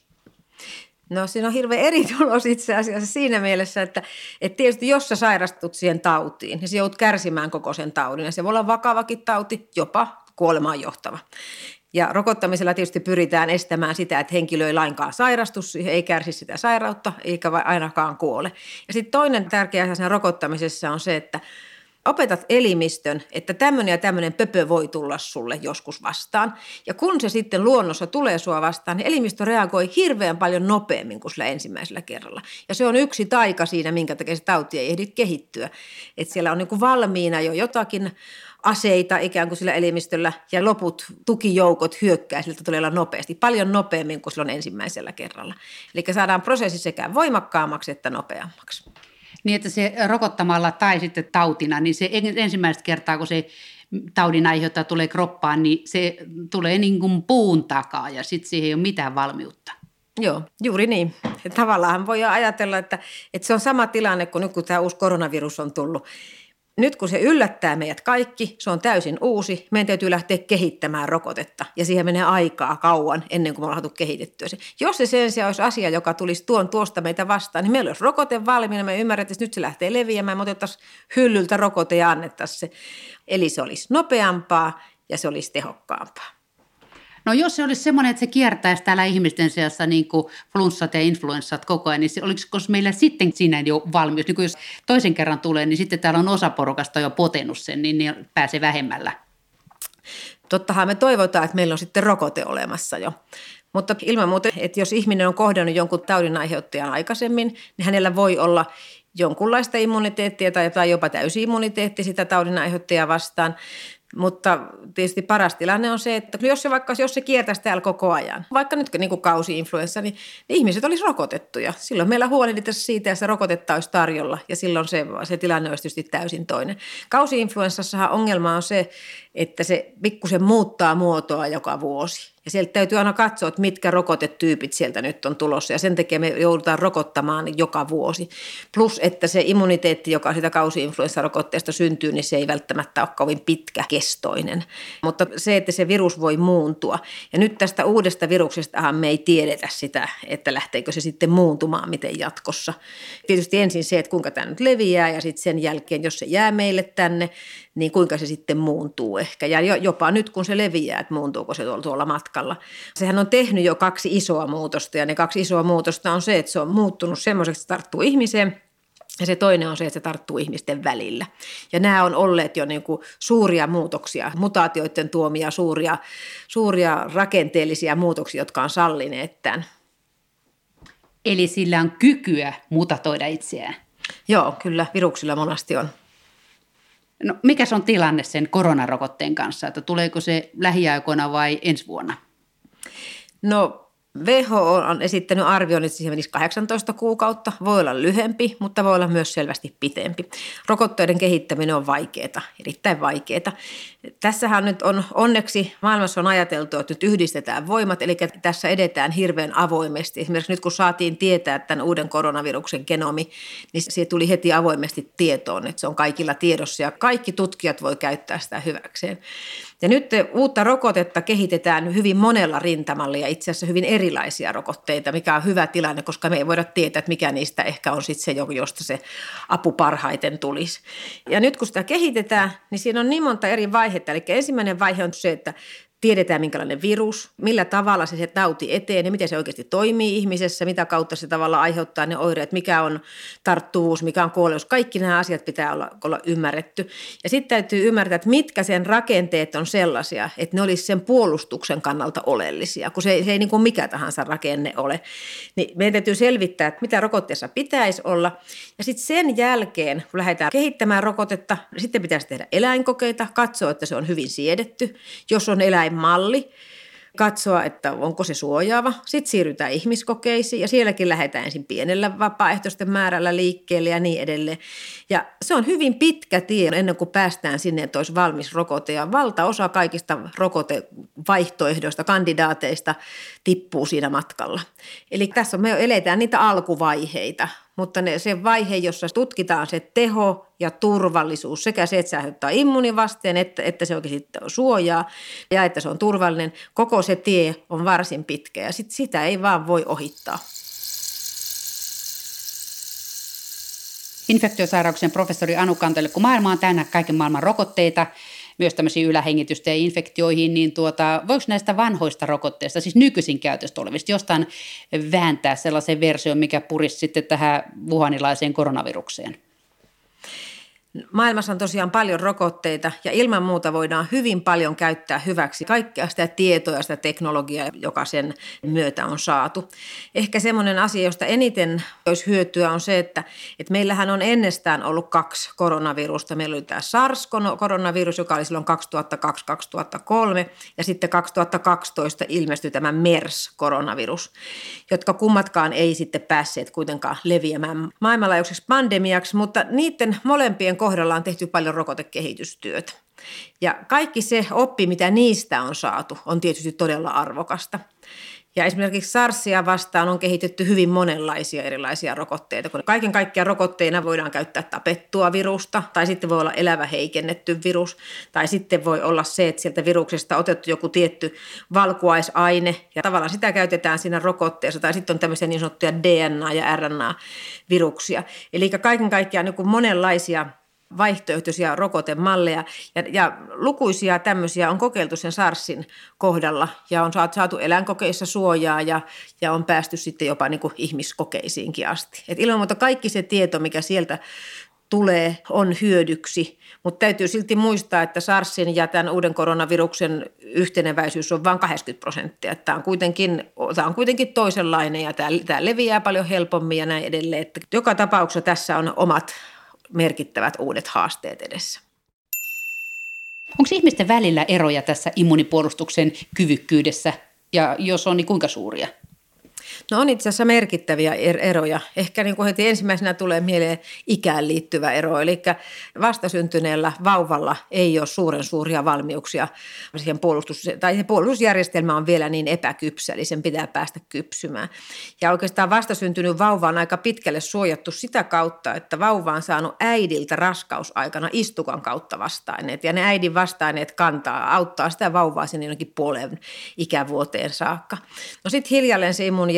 No siinä on hirveän eri tulos itse asiassa siinä mielessä, että tietysti jos sä sairastut siihen tautiin, niin sä joudut kärsimään koko sen taudin ja se voi olla vakavakin tauti, jopa kuolemaan johtava. Ja rokottamisella tietysti pyritään estämään sitä, että henkilö ei lainkaan sairastu, ei kärsi sitä sairautta eikä ainakaan kuole. Ja sitten toinen tärkeä asia siinä rokottamisessa on se, että opetat elimistön, että tämmöinen ja tämmöinen pöpö voi tulla sulle joskus vastaan. Ja kun se sitten luonnossa tulee sua vastaan, niin elimistö reagoi hirveän paljon nopeammin kuin sillä ensimmäisellä kerralla. Ja se on yksi taika siinä, minkä takia se tauti ei ehdi kehittyä. Että siellä on valmiina jo jotakin aseita ikään kuin sillä elimistöllä ja loput tukijoukot hyökkää siltä todella nopeasti, paljon nopeammin kuin silloin ensimmäisellä kerralla. Eli saadaan prosessi sekä voimakkaammaksi että nopeammaksi. Niin, että se rokottamalla tai sitten tautina, niin se ensimmäistä kertaa, kun se taudin aiheuttaja tulee kroppaan, niin se tulee niin kuin puun takaa ja sitten siihen ei ole mitään valmiutta. Joo, juuri niin. Tavallaan voi ajatella, että se on sama tilanne kuin nyt, kun tämä uusi koronavirus on tullut. Nyt kun se yllättää meidät kaikki, se on täysin uusi, meidän täytyy lähteä kehittämään rokotetta ja siihen menee aikaa kauan ennen kuin me ollaan kehitettyä se. Jos se sen sijaan olisi asia, joka tulisi tuosta meitä vastaan, niin meillä olisi rokote valmiina, me ymmärrettäisiin, että nyt se lähtee leviämään, me otettaisiin hyllyltä rokote ja annettaisiin se. Eli se olisi nopeampaa ja se olisi tehokkaampaa. No jos se olisi semmoinen, että se kiertäisi täällä ihmisten seassa niin kuin flunssat ja influenssat koko ajan, niin olisiko meillä sitten siinä jo valmius? Niin kuin jos toisen kerran tulee, niin sitten täällä on osa porukasta jo potenut sen, niin pääsee vähemmällä. Tottahan me toivotaan, että meillä on sitten rokote olemassa jo. Mutta ilman muuta, että jos ihminen on kohdannut jonkun taudin aiheuttajan aikaisemmin, niin hänellä voi olla jonkunlaista immuniteettia tai jopa täysi-immuniteetti sitä taudin aiheuttajaa vastaan. Mutta tietysti paras tilanne on se, että jos se kiertäisi täällä koko ajan, vaikka nyt niin kuin kausi-influenssa, niin ihmiset olisi rokotettuja. Silloin meillä huolehdittaisiin siitä ja se rokotetta olisi tarjolla ja silloin se tilanne olisi tietysti täysin toinen. Kausi-influenssassahan ongelma on se, että se pikkusen muuttaa muotoa joka vuosi. Ja sieltä täytyy aina katsoa, että mitkä rokotetyypit sieltä nyt on tulossa ja sen takia me joudutaan rokottamaan joka vuosi. Plus, että se immuniteetti, joka sitä kausi-influenssarokotteesta syntyy, niin se ei välttämättä ole kovin pitkäkestoinen. Mutta se, että se virus voi muuntua. Ja nyt tästä uudesta viruksestahan me ei tiedetä sitä, että lähteekö se sitten muuntumaan miten jatkossa. Tietysti ensin se, että kuinka tämä nyt leviää ja sitten sen jälkeen, jos se jää meille tänne, niin kuinka se sitten muuntuu ehkä. Ja jopa nyt, kun se leviää, että muuntuuko se tuolla matkalla. Sehän on tehnyt jo 2 isoa muutosta ja ne 2 isoa muutosta on se, että se on muuttunut semmoiseksi, että se tarttuu ihmiseen Ja se toinen on se, että se tarttuu ihmisten välillä. Ja nämä on olleet jo niin kuin suuria muutoksia, mutaatioiden tuomia suuria rakenteellisia muutoksia, jotka on sallineet tämän. Eli sillä on kykyä mutatoida itseään? Joo, kyllä viruksilla monasti on. No, mikä on tilanne sen koronarokotteen kanssa, että tuleeko se lähiaikoina vai ensi vuonna? No WHO on esittänyt arvion, että siihen menisi 18 kuukautta. Voi olla lyhempi, mutta voi olla myös selvästi pitempi. Rokotteiden kehittäminen on vaikeaa, erittäin vaikeaa. Tässähän nyt on onneksi maailmassa on ajateltu, että nyt yhdistetään voimat, eli tässä edetään hirveän avoimesti. Esimerkiksi nyt kun saatiin tietää tämän uuden koronaviruksen genomi, niin se tuli heti avoimesti tietoon, että se on kaikilla tiedossa ja kaikki tutkijat voi käyttää sitä hyväkseen. Ja nyt uutta rokotetta kehitetään hyvin monella rintamalla ja itse asiassa hyvin erilaisia rokotteita, mikä on hyvä tilanne, koska me ei voida tietää, että mikä niistä ehkä on sitten se, josta se apu parhaiten tulisi. Ja nyt kun sitä kehitetään, niin siinä on niin monta eri vaihetta. Eli ensimmäinen vaihe on se, että tiedetään, minkälainen virus, millä tavalla se tauti etenee, miten se oikeasti toimii ihmisessä, mitä kautta se tavallaan aiheuttaa ne oireet, mikä on tarttuvuus, mikä on kuolleus. Kaikki nämä asiat pitää olla ymmärretty. Ja sitten täytyy ymmärtää, että mitkä sen rakenteet on sellaisia, että ne olisi sen puolustuksen kannalta oleellisia, kun se ei niin kuin mikä tahansa rakenne ole. Niin meidän täytyy selvittää, että mitä rokotteessa pitäisi olla. Ja sitten sen jälkeen, kun lähdetään kehittämään rokotetta, sitten pitäisi tehdä eläinkokeita, katsoa, että se on hyvin siedetty. Jos on eläinmalli, katsoa, että onko se suojaava. Sitten siirrytään ihmiskokeisiin ja sielläkin lähdetään ensin pienellä vapaaehtoisten määrällä liikkeelle ja niin edelleen. Ja se on hyvin pitkä tie ennen kuin päästään sinne, että olisi valmis rokote. Ja valtaosa kaikista rokotevaihtoehdoista, kandidaateista tippuu siinä matkalla. Eli tässä me eletään niitä alkuvaiheita. Mutta se vaihe, jossa tutkitaan se teho ja turvallisuus, sekä se, että se aiheuttaa immuunivasteen, että se oikeasti suojaa ja että se on turvallinen, koko se tie on varsin pitkä ja sitä ei vaan voi ohittaa. Infektiosairauksien professori Anu Kantele, kun maailma on täynnä kaiken maailman rokotteita, myös tämmöisiin ylähengitystä ja infektioihin, niin voiko näistä vanhoista rokotteista, siis nykyisin käytöstä olevista, jostain vääntää sellaisen version, mikä purisi sitten tähän wuhanilaiseen koronavirukseen? Maailmassa on tosiaan paljon rokotteita ja ilman muuta voidaan hyvin paljon käyttää hyväksi kaikkea sitä tietoa ja sitä teknologiaa, joka sen myötä on saatu. Ehkä semmoinen asia, josta eniten olisi hyötyä on se, että meillähän on ennestään ollut 2 koronavirusta. Meillä oli tämä SARS-koronavirus, joka oli silloin 2002-2003 ja sitten 2012 ilmestyi tämä MERS-koronavirus, jotka kummatkaan ei sitten päässeet kuitenkaan leviämään maailmanlaajuiseksi pandemiaksi, mutta niiden molempien kohdalla on tehty paljon rokotekehitystyötä. Ja kaikki se oppi, mitä niistä on saatu, on tietysti todella arvokasta. Ja esimerkiksi SARSia vastaan on kehitetty hyvin monenlaisia erilaisia rokotteita. Kun kaiken kaikkiaan rokotteina voidaan käyttää tapettua virusta, tai sitten voi olla elävä heikennetty virus, tai sitten voi olla se, että sieltä viruksesta on otettu joku tietty valkuaisaine, ja tavallaan sitä käytetään siinä rokotteessa, tai sitten on tämmöisiä niin sanottuja DNA- ja RNA-viruksia. Eli kaiken kaikkiaan niin kuin monenlaisia vaihtoehtoisia rokotemalleja ja lukuisia tämmöisiä on kokeiltu sen SARSin kohdalla ja on saatu eläinkokeissa suojaa ja on päästy sitten jopa niin kuin ihmiskokeisiinkin asti. Et ilman muuta kaikki se tieto, mikä sieltä tulee, on hyödyksi, mutta täytyy silti muistaa, että SARSin ja tämän uuden koronaviruksen yhteneväisyys on vain 80%. Tämä on kuitenkin toisenlainen ja tämä leviää paljon helpommin ja näin edelleen. Että joka tapauksessa tässä on omat merkittävät uudet haasteet edessä. Onko ihmisten välillä eroja tässä immunipuolustuksen kyvykkyydessä ja jos on, niin kuinka suuria? No on itse asiassa merkittäviä eroja. Ehkä niin kuin heti ensimmäisenä tulee mieleen ikään liittyvä ero. Eli vastasyntyneellä vauvalla ei ole suuria valmiuksia siihen puolustusjärjestelmä on vielä niin epäkypsä, eli sen pitää päästä kypsymään. Ja oikeastaan vastasyntynyt vauva on aika pitkälle suojattu sitä kautta, että vauva on saanut äidiltä raskausaikana istukan kautta vasta-aineet. Ja ne äidin vasta-aineet auttaa sitä vauvaa sinne jonnekin puoleen ikävuoteen saakka. No sitten hiljalleen se immuunijärjestelmä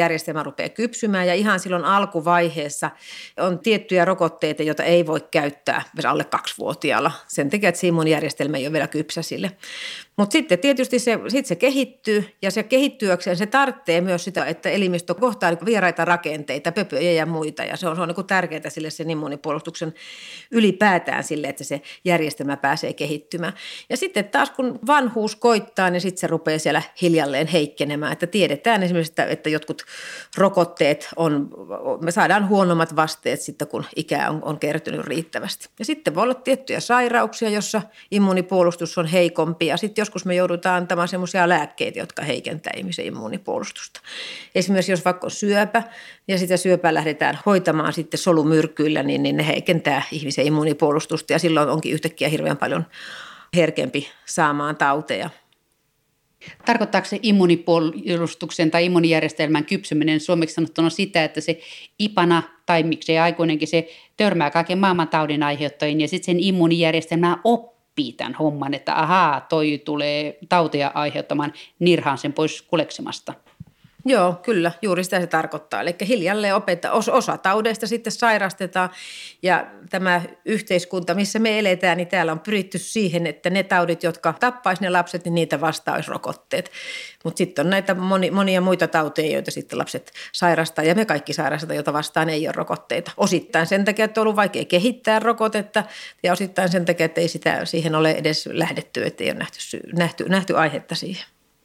immuunijärjestelmä rupeaa kypsymään ja ihan silloin alkuvaiheessa on tiettyjä rokotteita, joita ei voi käyttää alle 2-vuotiaalla sen takia, että se immuunijärjestelmä ei ole vielä kypsä sille. Mutta sitten tietysti se kehittyy ja se kehittyäkseen se tarvitsee myös sitä, että elimistö kohtaa vieraita rakenteita, pöpöjä ja muita ja se on niin kuin tärkeää sille sen immuunipuolustuksen ylipäätään sille, että se järjestelmä pääsee kehittymään. Ja sitten taas kun vanhuus koittaa, niin sitten se rupeaa siellä hiljalleen heikkenemään, että tiedetään esimerkiksi, että jotkut rokotteet me saadaan huonommat vasteet sitten, kun ikää on kertynyt riittävästi. Ja sitten voi olla tiettyjä sairauksia, jossa immuunipuolustus on heikompi ja sitten joskus me joudutaan antamaan semmoisia lääkkeitä, jotka heikentää ihmisen immuunipuolustusta. Esimerkiksi jos vaikka on syöpä ja sitä syöpää lähdetään hoitamaan sitten solumyrkyillä, niin ne heikentää ihmisen immuunipuolustusta ja silloin onkin yhtäkkiä hirveän paljon herkempi saamaan tauteja. Tarkoittaako se immuunipuolustuksen tai immuunijärjestelmän kypsyminen suomeksi sanottuna sitä, että se ipana tai miksei aikuinenkin se törmää kaiken maailman taudin aiheuttajiin ja sitten sen immuunijärjestelmä oppii tämän homman, että ahaa, toi tulee tautia aiheuttamaan, nirhaan sen pois kuleksimasta. Joo, kyllä, juuri sitä se tarkoittaa. Eli hiljalleen osa taudeista sitten sairastetaan ja tämä yhteiskunta, missä me eletään, niin täällä on pyritty siihen, että ne taudit, jotka tappaisi ne lapset, niin niitä vastaan olisi rokotteet. Mutta sitten on näitä monia muita tauteja, joita sitten lapset sairastaa ja me kaikki sairastetaan, joita vastaan ei ole rokotteita. Osittain sen takia, että on ollut vaikea kehittää rokotetta ja osittain sen takia, että ei siihen ole edes lähdetty, että ei ole nähty aihetta siihen.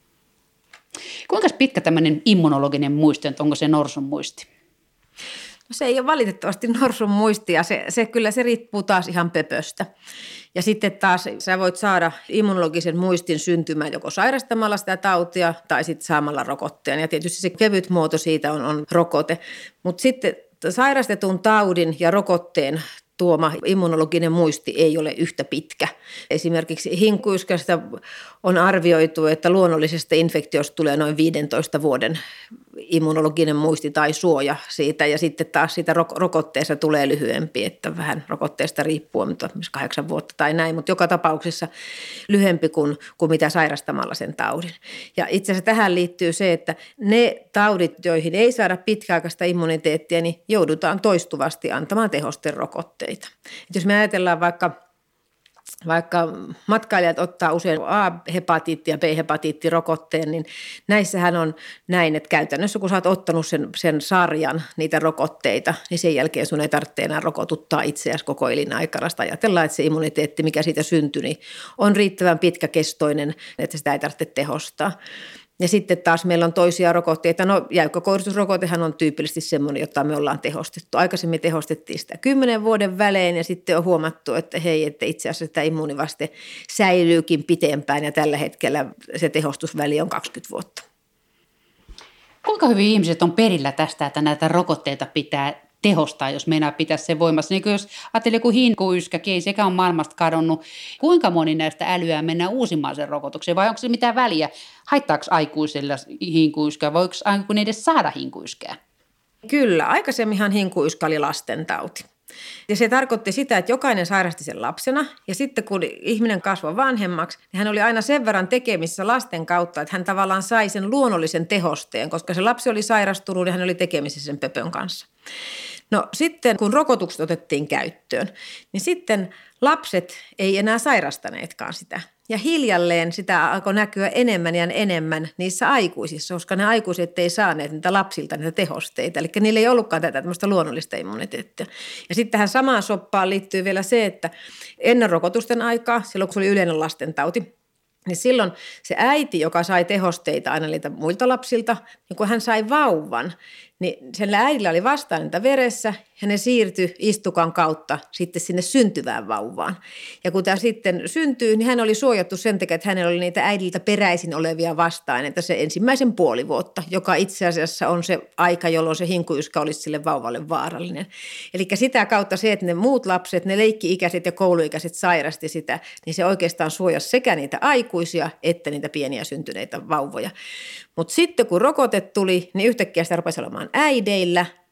Kuinka pitkä tämmöinen immunologinen muisti, onko se norsun muisti? No se ei ole valitettavasti norsun muisti ja se riippuu taas ihan pöpöstä. Ja sitten taas sä voit saada immunologisen muistin syntymään joko sairastamalla sitä tautia tai sitten saamalla rokotteen. Ja tietysti se kevyt muoto siitä on rokote. Mutta sitten sairastetun taudin ja rokotteen tuoma immunologinen muisti ei ole yhtä pitkä. Esimerkiksi hinkuyskasta on arvioitu, että luonnollisesta infektiosta tulee noin 15 vuoden immunologinen muisti tai suoja siitä ja sitten taas siitä rokotteesta tulee lyhyempi, että vähän rokotteesta riippuu, mutta 8 vuotta tai näin, mutta joka tapauksessa lyhyempi kuin mitä sairastamalla sen taudin. Ja itse asiassa tähän liittyy se, että ne taudit, joihin ei saada pitkäaikaista immuniteettia, niin joudutaan toistuvasti antamaan tehosterokotteita. Et jos me ajatellaan vaikka matkailijat ottaa usein A-hepatiitti ja B-hepatiittirokotteen, niin näissähän on näin, että käytännössä kun sä oot ottanut sen sarjan niitä rokotteita, niin sen jälkeen sun ei tarvitse enää rokotuttaa itseäsi koko elinaikana. Ajatellaan, että se immuniteetti, mikä siitä syntyi, niin on riittävän pitkäkestoinen, että sitä ei tarvitse tehostaa. Ja sitten taas meillä on toisia rokotteita. No jäykkäkouristusrokotehan on tyypillisesti semmoinen, jota me ollaan tehostettu. Aikaisemmin tehostettiin sitä 10 vuoden välein ja sitten on huomattu, että hei, että itse asiassa tämä immuunivaste säilyykin pitempään ja tällä hetkellä se tehostusväli on 20 vuotta. Kuinka hyvin ihmiset on perillä tästä, että näitä rokotteita pitää tehostaa, jos meinaa pitää sen voimassa? Niin jos ajattelee joku hinkuyskäkin, ei sekään on maailmasta kadonnut. Kuinka moni näistä älyää mennään uusimaan sen rokotukseen vai onko se mitään väliä? Haittaako aikuisilla hinkuyskää? Voiko aikuinen edes saada hinkuyskää? Kyllä, aikaisemminhan hinkuyskä oli lastentauti. Ja se tarkoitti sitä, että jokainen sairasti sen lapsena ja sitten kun ihminen kasvoi vanhemmaksi, niin hän oli aina sen verran tekemisissä lasten kautta, että hän tavallaan sai sen luonnollisen tehosteen, koska se lapsi oli sairastunut ja hän oli tekemisissä sen pöpön kanssa. No sitten kun rokotukset otettiin käyttöön, niin sitten lapset ei enää sairastaneetkaan sitä. Ja hiljalleen sitä alkoi näkyä enemmän ja enemmän niissä aikuisissa, koska ne aikuiset ei saaneet niitä lapsilta niitä tehosteita. Eli niillä ei ollutkaan tätä tämmöistä luonnollista immuniteettia. Ja sitten tähän samaan soppaan liittyy vielä se, että ennen rokotusten aikaa, silloin kun se oli yleinen lastentauti, niin silloin se äiti, joka sai tehosteita aina niiltä muilta lapsilta, niin kun hän sai vauvan, niin sen äidillä oli vastaininta veressä ja ne siirtyi istukan kautta sitten sinne syntyvään vauvaan. Ja kun tämä sitten syntyy, niin hän oli suojattu sen takia, että hänellä oli niitä äidiltä peräisin olevia vastaineita se ensimmäisen puoli vuotta, joka itse asiassa on se aika, jolloin se hinkuyskä olisi sille vauvalle vaarallinen. Eli sitä kautta se, että ne muut lapset, ne leikki-ikäiset ja kouluikäiset sairasti sitä, niin se oikeastaan suojasi sekä niitä aikuisia että niitä pieniä syntyneitä vauvoja. Mutta sitten kun rokote tuli, niin yhtäkkiä sitä rupesi olemaan äideillä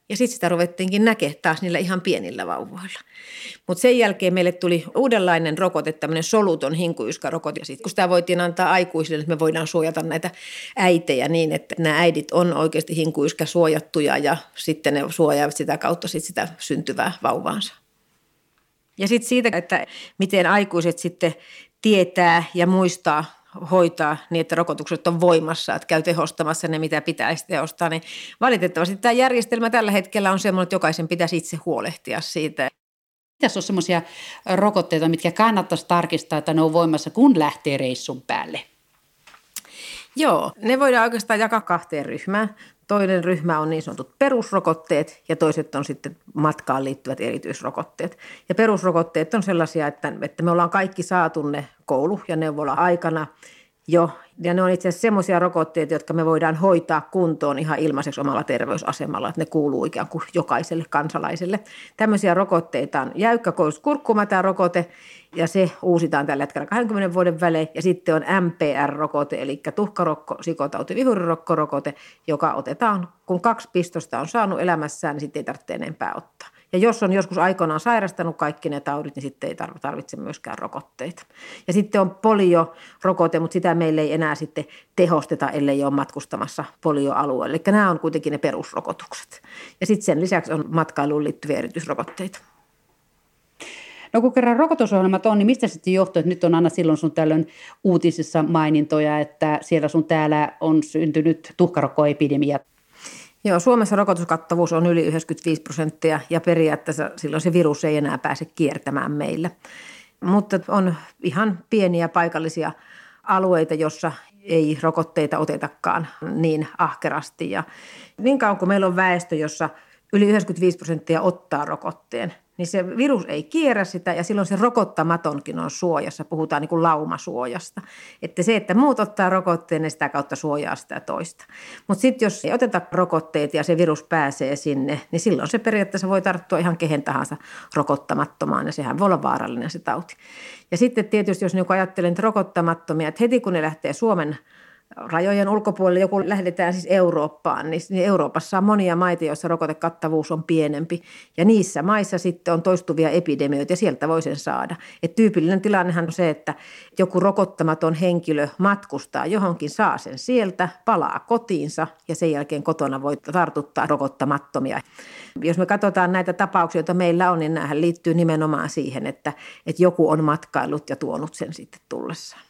Ja sitten sitä ruvettiinkin näkemään taas niillä ihan pienillä vauvoilla. Mutta sen jälkeen meille tuli uudenlainen rokote, tämmöinen soluton hinkuyyskärokote. Ja sitten kun sitä voitiin antaa aikuisille, että me voidaan suojata näitä äitejä niin, että nämä äidit on oikeasti hinkuyskä suojattuja ja sitten ne suojaavat sitä kautta sitä syntyvää vauvaansa. Ja sitten siitä, että miten aikuiset sitten tietää ja muistaa hoitaa niin, että rokotukset on voimassa, että käy tehostamassa ne, mitä pitäisi tehostaa, niin valitettavasti tämä järjestelmä tällä hetkellä on sellainen, että jokaisen pitäisi itse huolehtia siitä. Mitäs on semmoisia rokotteita, mitkä kannattaisi tarkistaa, että ne on voimassa, kun lähtee reissun päälle? Joo, ne voidaan oikeastaan jakaa 2 ryhmään. Toinen ryhmä on niin sanotut perusrokotteet ja toiset on sitten matkaan liittyvät erityisrokotteet. Ja perusrokotteet on sellaisia, että me ollaan kaikki saatu ne koulu- ja neuvola-aikana jo. Ja ne on itse asiassa semmoisia rokotteita, jotka me voidaan hoitaa kuntoon ihan ilmaiseksi omalla terveysasemalla, että ne kuuluu ikään kuin jokaiselle kansalaiselle. Tämmöisiä rokotteita on jäykkä kurkkumätärokote ja se uusitaan tällä hetkellä 20 vuoden välein. Ja sitten on MPR-rokote, eli tuhkarokko, sikotauti, vihurirokkorokote, joka otetaan, kun 2 pistosta on saanut elämässään, niin sitten ei tarvitse enempää ottaa. Ja jos on joskus aikoinaan sairastanut kaikki ne taudit, niin sitten ei tarvitse myöskään rokotteita. Ja sitten on poliorokote, mutta sitä meillä ei enää sitten tehosteta, ellei ole matkustamassa polioalueelle. Eli nämä on kuitenkin ne perusrokotukset. Ja sitten sen lisäksi on matkailuun liittyviä erityisrokotteita. No kun kerran rokotusohjelmat on, niin mistä sitten johtuu, että nyt on aina silloin sun tällöin uutisissa mainintoja, että siellä sun täällä on syntynyt tuhkarokkoepidemia? Joo, Suomessa rokotuskattavuus on yli 95% ja periaatteessa silloin se virus ei enää pääse kiertämään meillä. Mutta on ihan pieniä paikallisia alueita, jossa ei rokotteita otetakaan niin ahkerasti. Ja niin kauan kuin meillä on väestö, jossa yli 95% ottaa rokotteen, niin se virus ei kierrä sitä ja silloin se rokottamatonkin on suojassa. Puhutaan niin kuin laumasuojasta. Että se, että muut ottaa rokotteen, niin sitä kautta suojaa sitä toista. Mutta sitten jos ei oteta rokotteet ja se virus pääsee sinne, niin silloin se periaatteessa voi tarttua ihan kehen tahansa rokottamattomaan ja sehän voi olla vaarallinen se tauti. Ja sitten tietysti, jos ajattelen rokottamattomia, että heti kun ne lähtee Suomen rajojen ulkopuolelle, joku lähdetään siis Eurooppaan, niin Euroopassa on monia maita, joissa rokotekattavuus on pienempi. Ja niissä maissa sitten on toistuvia epidemioita ja sieltä voi sen saada. Et tyypillinen tilannehan on se, että joku rokottamaton henkilö matkustaa johonkin, saa sen sieltä, palaa kotiinsa ja sen jälkeen kotona voi tartuttaa rokottamattomia. Jos me katsotaan näitä tapauksia, joita meillä on, niin nämähän liittyy nimenomaan siihen, että joku on matkaillut ja tuonut sen sitten tullessaan.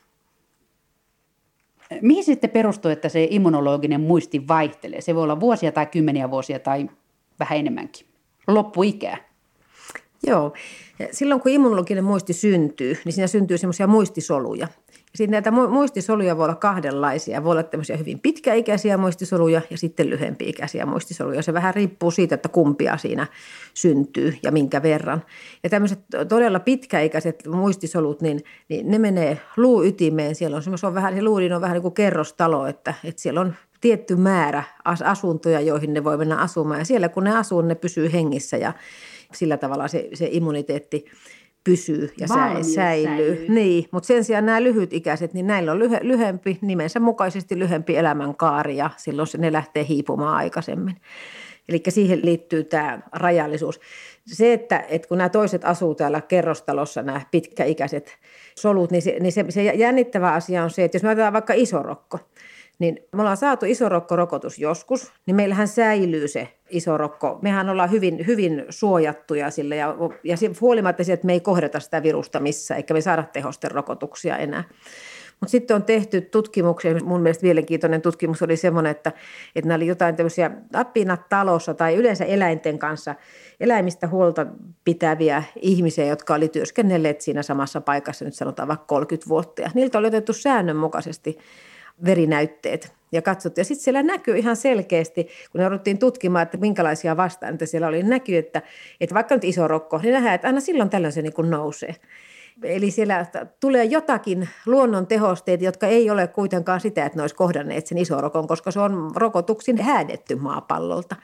Mihin sitten perustuu, että se immunologinen muisti vaihtelee? Se voi olla vuosia tai 10 vuosia tai vähän enemmänkin. Loppuikää. Joo. Silloin kun immunologinen muisti syntyy, niin siinä syntyy semmoisia muistisoluja. Sitten näitä muistisoluja voi olla kahdenlaisia. Voi olla tämmöisiä hyvin pitkäikäisiä muistisoluja ja sitten lyhempi-ikäisiä muistisoluja. Se vähän riippuu siitä, että kumpia siinä syntyy ja minkä verran. Ja tämmöiset todella pitkäikäiset muistisolut, niin ne menee luuytimeen. Siellä on semmoinen, se luudin on vähän niin kuin kerrostalo, että siellä on tietty määrä asuntoja, joihin ne voi mennä asumaan. Ja siellä kun ne asuu, ne pysyy hengissä ja sillä tavalla se immuniteetti pysyy ja säilyy. Niin, mutta sen sijaan nämä lyhytikäiset, niin näillä on lyhempi, nimensä mukaisesti lyhempi elämänkaari ja silloin ne lähtee hiipumaan aikaisemmin. Eli siihen liittyy tämä rajallisuus. Se, että kun nämä toiset asuu täällä kerrostalossa, nämä pitkäikäiset solut, niin se jännittävä asia on se, että jos me otetaan vaikka isorokko, niin me ollaan saatu isorokkorokotus joskus, niin meillähän säilyy se isorokko. Mehän ollaan hyvin, hyvin suojattuja sille ja huolimatta siitä, että me ei kohdata sitä virusta missään, eikä me saada tehosterokotuksia enää. Mutta sitten on tehty tutkimuksia, mun mielestä mielenkiintoinen tutkimus oli semmoinen, että nämä oli jotain tämmöisiä apinat talossa tai yleensä eläinten kanssa, eläimistä huolta pitäviä ihmisiä, jotka oli työskennelleet siinä samassa paikassa, nyt sanotaan vaikka 30 vuotta. Ja niiltä oli otettu säännönmukaisesti verinäytteet ja katsottiin. Ja sitten siellä näkyy ihan selkeästi, kun ne jouduttiin tutkimaan, että minkälaisia vastaantoja siellä oli, näkyy, että vaikka nyt iso rokko, niin nähdään, että aina silloin tällöin se niin kuin nousee. Eli siellä tulee jotakin luonnon tehosteita, jotka ei ole kuitenkaan sitä, että ne olisi kohdanneet sen isorokon, koska se on rokotuksin häädetty maapallolta.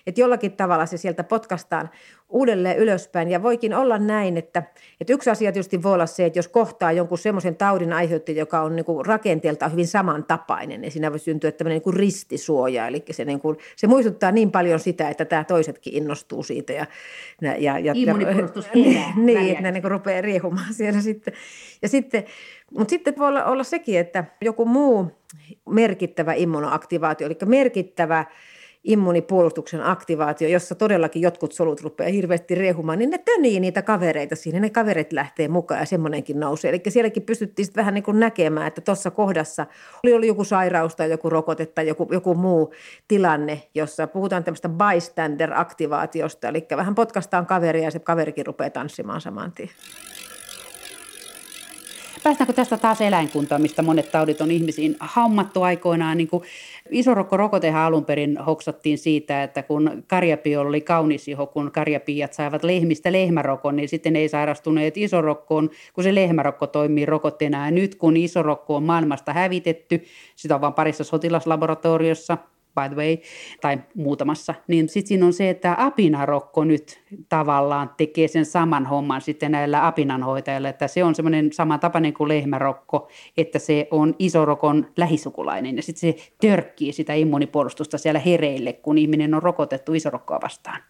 että jollakin tavalla se sieltä potkaistaan uudelleen ylöspäin. Ja voikin olla näin, että yksi asia tietysti voi olla se, että jos kohtaa jonkun semmoisen taudin aiheuttaja, joka on niin kuin rakenteeltaan hyvin samantapainen, niin siinä voi syntyä tämmöinen niin kuin ristisuoja. Eli se muistuttaa niin paljon sitä, että tämä toisetkin innostuu siitä. Immunipuolustus herää. Niin, että ne niin kuin rupeaa riehumaan siellä sitten. Mutta sitten voi olla sekin, että joku muu merkittävä immunoaktivaatio, eli merkittävä immunipuolustuksen aktivaatio, jossa todellakin jotkut solut rupeaa hirveästi riehumaan, niin ne tönii niitä kavereita siinä, ne kaverit lähtee mukaan ja semmoinenkin nousee. Eli sielläkin pystyttiin sitten vähän niin kuin näkemään, että tuossa kohdassa oli joku sairaus tai joku rokote tai joku muu tilanne, jossa puhutaan tämmöistä bystander-aktivaatiosta, eli vähän potkaistaan kaveria ja se kaverikin rupeaa tanssimaan saman tien. Päästäänkö tästä taas eläinkuntaan, mistä monet taudit on ihmisiin hammattu aikoinaan? Niin kuin isorokkorokotehan alun perin hoksattiin siitä, että kun karjapiolla oli kaunis iho, kun karjapiiat saivat lehmistä lehmärokon, niin sitten ei sairastuneet isorokkoon, kun se lehmärokko toimii rokotteena. Ja nyt kun isorokko on maailmasta hävitetty, sitä on vain parissa sotilaslaboratoriossa, by the way, tai muutamassa, niin sitten siinä on se, että apinarokko nyt tavallaan tekee sen saman homman sitten näillä apinanhoitajilla, että se on semmoinen samantapainen kuin lehmärokko, että se on isorokon lähisukulainen ja sitten se törkkii sitä immunipuolustusta siellä hereille, kun ihminen on rokotettu isorokkoa vastaan.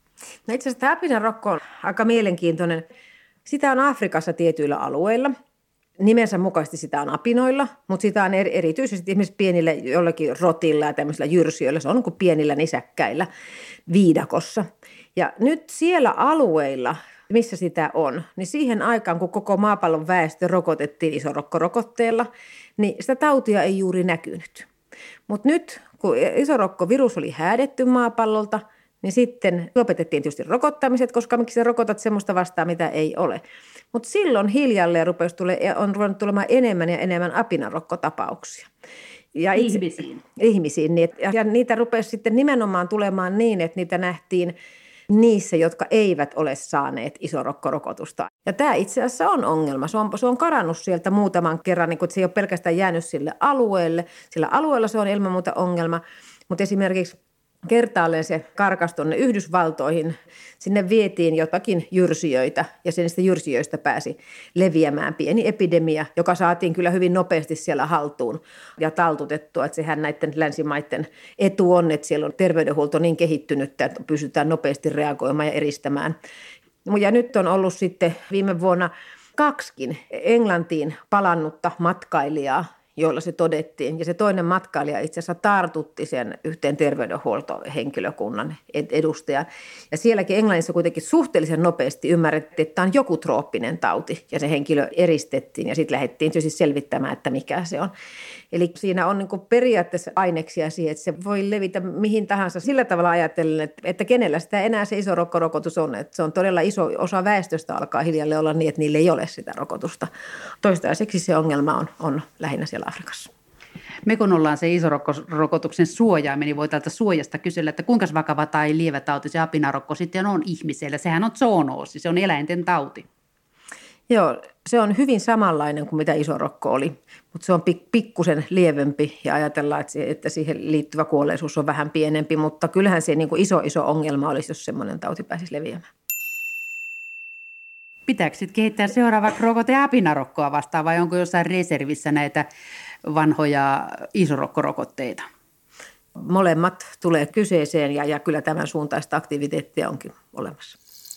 No itse asiassa tämä apinarokko on aika mielenkiintoinen. Sitä on Afrikassa tietyillä alueilla. Nimensä mukaisesti sitä on apinoilla, mutta sitä on erityisesti esimerkiksi pienillä jollakin rotilla ja tämmöisillä jyrsijöillä. Se on niin kuin pienillä nisäkkäillä viidakossa. Ja nyt siellä alueilla, missä sitä on, niin siihen aikaan, kun koko maapallon väestö rokotettiin isorokkorokotteella, niin sitä tautia ei juuri näkynyt. Mutta nyt, kun isorokkovirus oli häädetty maapallolta, niin sitten lopetettiin tietysti rokottamiset, koska miksi sä rokotat semmoista vastaan, mitä ei ole. Mutta silloin hiljalleen on ruvennut tulemaan enemmän ja enemmän apinarokkotapauksia. Ja ihmisiin. Ja niitä rupesi sitten nimenomaan tulemaan niin, että niitä nähtiin niissä, jotka eivät ole saaneet isorokkorokotusta. Ja tämä itse asiassa on ongelma. Se on karannut sieltä muutaman kerran, niin että se ei ole pelkästään jäänyt sille alueelle. Sillä alueella se on ilman muuta ongelma, mutta esimerkiksi kertaalleen se karkasi tuonne Yhdysvaltoihin. Sinne vietiin jotakin jyrsijöitä ja niistä jyrsijöistä pääsi leviämään pieni epidemia, joka saatiin kyllä hyvin nopeasti siellä haltuun ja taltutettua. Että sehän näiden länsimaiden etu on, että siellä on terveydenhuolto niin kehittynyt, että pystytään nopeasti reagoimaan ja eristämään. Ja nyt on ollut sitten viime vuonna 2 Englantiin palannutta matkailijaa, joilla se todettiin. Ja se toinen matkailija itse asiassa tartutti sen yhteen terveydenhuoltohenkilökunnan edustajan. Ja sielläkin Englannissa kuitenkin suhteellisen nopeasti ymmärrettiin, että tämä on joku trooppinen tauti. Ja se henkilö eristettiin ja sitten lähdettiin tietysti selvittämään, että mikä se on. Eli siinä on niin kuin periaatteessa aineksia siihen, että se voi levitä mihin tahansa. Sillä tavalla ajatellen, että kenellä sitä enää se isorokkorokotus on. Että se on todella iso osa väestöstä alkaa hiljalleen olla niin, että niillä ei ole sitä rokotusta. Toistaiseksi se ongelma on lähinnä siellä Afrikassa. Me kun ollaan se isorokotuksen suojaaminen, niin voi tältä suojasta kysellä, että kuinka vakava tai lievä tauti se apinarokko sitten on ihmisellä. Sehän on zoonoosi, se on eläinten tauti. Joo, se on hyvin samanlainen kuin mitä isorokko oli, mutta se on pikkusen lievempi ja ajatellaan, että siihen liittyvä kuolleisuus on vähän pienempi, mutta kyllähän se niin kuin iso ongelma olisi, jos semmoinen tauti pääsisi leviämään. Pitääkö sitten kehittää seuraava rokote apinarokkoa vastaan vai onko jossain reservissä näitä vanhoja isorokkorokotteita? Molemmat tulee kyseeseen ja kyllä tämän suuntaista aktiviteettia onkin olemassa.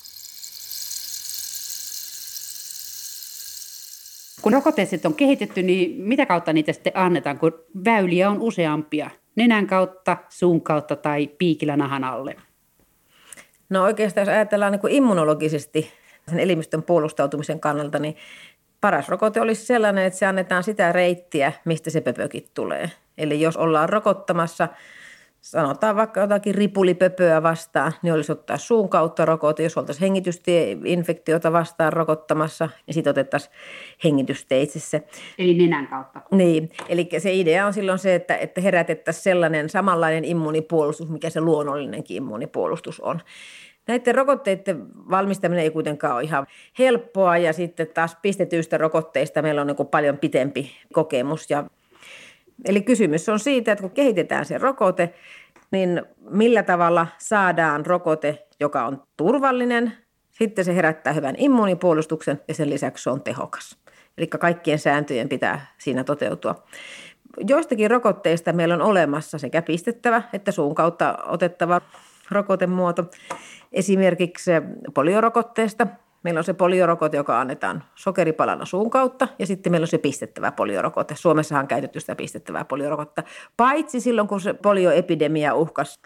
Kun rokotteet on kehitetty, niin mitä kautta niitä sitten annetaan, kun väyliä on useampia? Nenän kautta, suun kautta tai piikillä nahan alle? No oikeastaan jos ajatellaan niin kuin immunologisesti sen elimistön puolustautumisen kannalta, niin paras rokote olisi sellainen, että se annetaan sitä reittiä, mistä se pöpökin tulee. Eli jos ollaan rokottamassa, sanotaan vaikka jotakin ripulipöpöä vastaan, niin olisi ottaa suun kautta rokote. Jos oltaisiin hengitystieinfektiota vastaan rokottamassa, niin sitten otettaisiin hengitysteitse. Eli nenän kautta. Niin, eli se idea on silloin se, että herätettäisiin sellainen samanlainen immunipuolustus, mikä se luonnollinenkin immunipuolustus on. Näiden rokotteiden valmistaminen ei kuitenkaan ole ihan helppoa ja sitten taas pistetyistä rokotteista meillä on niin kuin paljon pitempi kokemus. Eli kysymys on siitä, että kun kehitetään se rokote, niin millä tavalla saadaan rokote, joka on turvallinen, sitten se herättää hyvän immuunipuolustuksen ja sen lisäksi se on tehokas. Eli kaikkien sääntöjen pitää siinä toteutua. Joistakin rokotteista meillä on olemassa sekä pistettävä että suun kautta otettava rokotemuoto. Esimerkiksi poliorokotteesta. Meillä on se poliorokote, joka annetaan sokeripalana suun kautta, ja sitten meillä on se pistettävä poliorokote. Suomessahan on käytetty sitä pistettävää poliorokotetta. Paitsi silloin, kun se polioepidemia uhkasi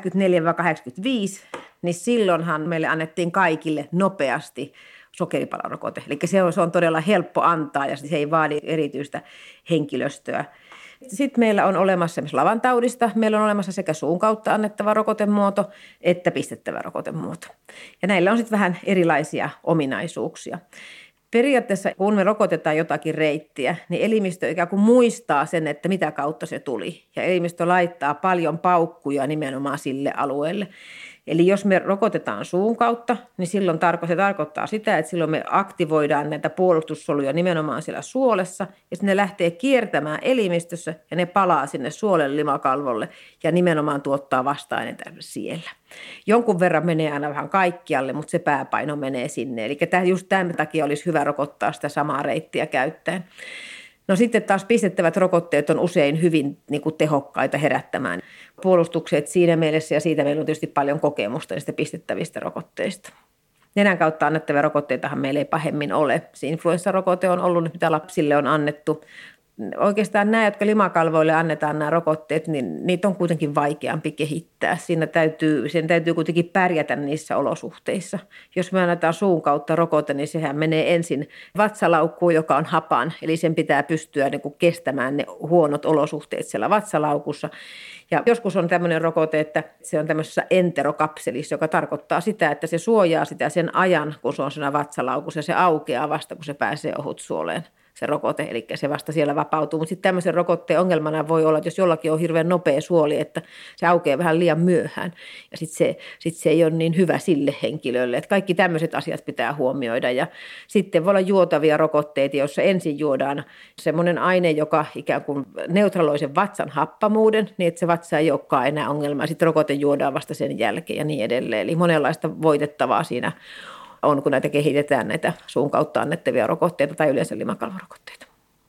84-85, niin silloinhan meille annettiin kaikille nopeasti sokeripalarokote. Eli se on todella helppo antaa, ja se ei vaadi erityistä henkilöstöä. Sitten meillä on olemassa esimerkiksi lavantaudista, meillä on olemassa sekä suun kautta annettava rokotemuoto että pistettävä rokotemuoto. Ja näillä on sitten vähän erilaisia ominaisuuksia. Periaatteessa kun me rokotetaan jotakin reittiä, niin elimistö ikään kuin muistaa sen, että mitä kautta se tuli. Ja elimistö laittaa paljon paukkuja nimenomaan sille alueelle. Eli jos me rokotetaan suun kautta, niin silloin se tarkoittaa sitä, että silloin me aktivoidaan näitä puolustussoluja nimenomaan siellä suolessa, ja ne lähtee kiertämään elimistössä, ja ne palaa sinne suolen limakalvolle, ja nimenomaan tuottaa vasta-aineita siellä. Jonkun verran menee aina vähän kaikkialle, mutta se pääpaino menee sinne. Eli just tämän takia olisi hyvä rokottaa sitä samaa reittiä käyttäen. No sitten taas pistettävät rokotteet on usein hyvin tehokkaita herättämään puolustukset siinä mielessä, ja siitä meillä on tietysti paljon kokemusta niistä pistettävistä rokotteista. Nenän kautta annettavia rokotteitahan meillä ei pahemmin ole. Se influenssarokote on ollut, mitä lapsille on annettu. Oikeastaan nämä, jotka limakalvoille annetaan nämä rokotteet, niin niitä on kuitenkin vaikeampi kehittää. Sen täytyy kuitenkin pärjätä niissä olosuhteissa. Jos me annetaan suun kautta rokote, niin sehän menee ensin vatsalaukkuun, joka on hapan. Eli sen pitää pystyä kestämään ne huonot olosuhteet siellä vatsalaukussa. Ja joskus on tämmöinen rokote, että se on tämmöisessä enterokapselissa, joka tarkoittaa sitä, että se suojaa sitä sen ajan, kun se on siinä vatsalaukussa, ja se aukeaa vasta, kun se pääsee ohutsuoleen. Se rokote, eli se vasta siellä vapautuu. Mutta sitten tämmöisen rokotteen ongelmana voi olla, että jos jollakin on hirveän nopea suoli, että se aukeaa vähän liian myöhään. Ja sitten se ei ole niin hyvä sille henkilölle. Että kaikki tämmöiset asiat pitää huomioida. Ja sitten voi olla juotavia rokotteita, joissa ensin juodaan semmoinen aine, joka ikään kuin neutraloi sen vatsan happamuuden, niin että se vatsa ei olekaan enää ongelma. Sitten rokote juodaan vasta sen jälkeen ja niin edelleen. Eli monenlaista voitettavaa siinä on, kun näitä kehitetään, näitä suun kautta annettavia rokotteita tai yleensä limakalvorokotteita.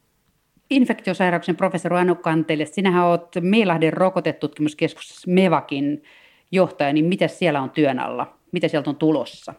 Infektiosairauksien professori Anu Kantele, sinähän olet Meilahden rokotetutkimuskeskuksessa MEVAKin johtaja, niin mitä siellä on työn alla? Mitä sieltä on tulossa?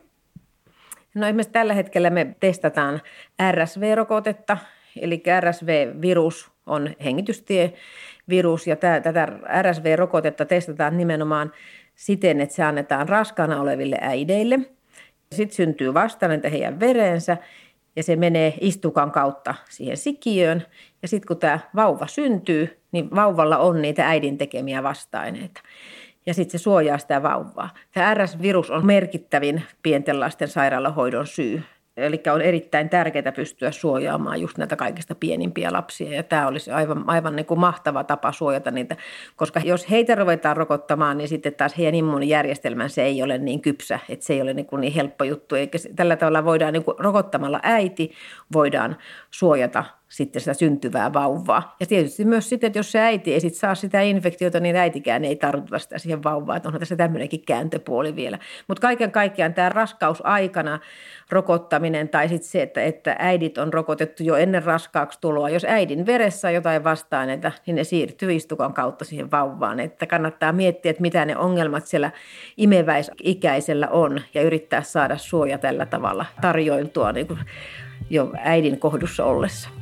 No esimerkiksi tällä hetkellä me testataan RSV-rokotetta, eli RSV-virus on hengitystievirus, ja tätä RSV-rokotetta testataan nimenomaan siten, että se annetaan raskaana oleville äideille. Sitten syntyy vastaaineita heidän vereensä, ja se menee istukan kautta siihen sikiöön. Ja sitten kun tämä vauva syntyy, niin vauvalla on niitä äidin tekemiä vasta-aineita. Ja sitten se suojaa sitä vauvaa. Tämä RS-virus on merkittävin pienten lasten sairaalahoidon syy. Eli on erittäin tärkeää pystyä suojaamaan just näitä kaikista pienimpiä lapsia. Ja tämä olisi aivan niin kuin mahtava tapa suojata niitä, koska jos heitä ruvetaan rokottamaan, niin sitten taas heidän immuunijärjestelmänsä ei ole niin kypsä, että se ei ole niin helppo juttu. Eikä tällä tavalla voidaan niin kuin rokottamalla äiti voidaan suojata sitten sitä syntyvää vauvaa. Ja tietysti myös sitten, että jos se äiti ei sitten saa sitä infektiota, niin äitikään ei tartuta sitä siihen vauvaan. Että onhan tässä tämmöinenkin kääntöpuoli vielä. Mutta kaiken kaikkiaan tämä raskausaikana rokottaminen tai sitten se, että äidit on rokotettu jo ennen raskaaksi tuloa. Jos äidin veressä on jotain vasta-aineita, niin ne siirtyy istukan kautta siihen vauvaan. Että kannattaa miettiä, että mitä ne ongelmat siellä imeväisikäisellä on ja yrittää saada suoja tällä tavalla tarjoiltua niin kuin jo äidin kohdussa ollessa.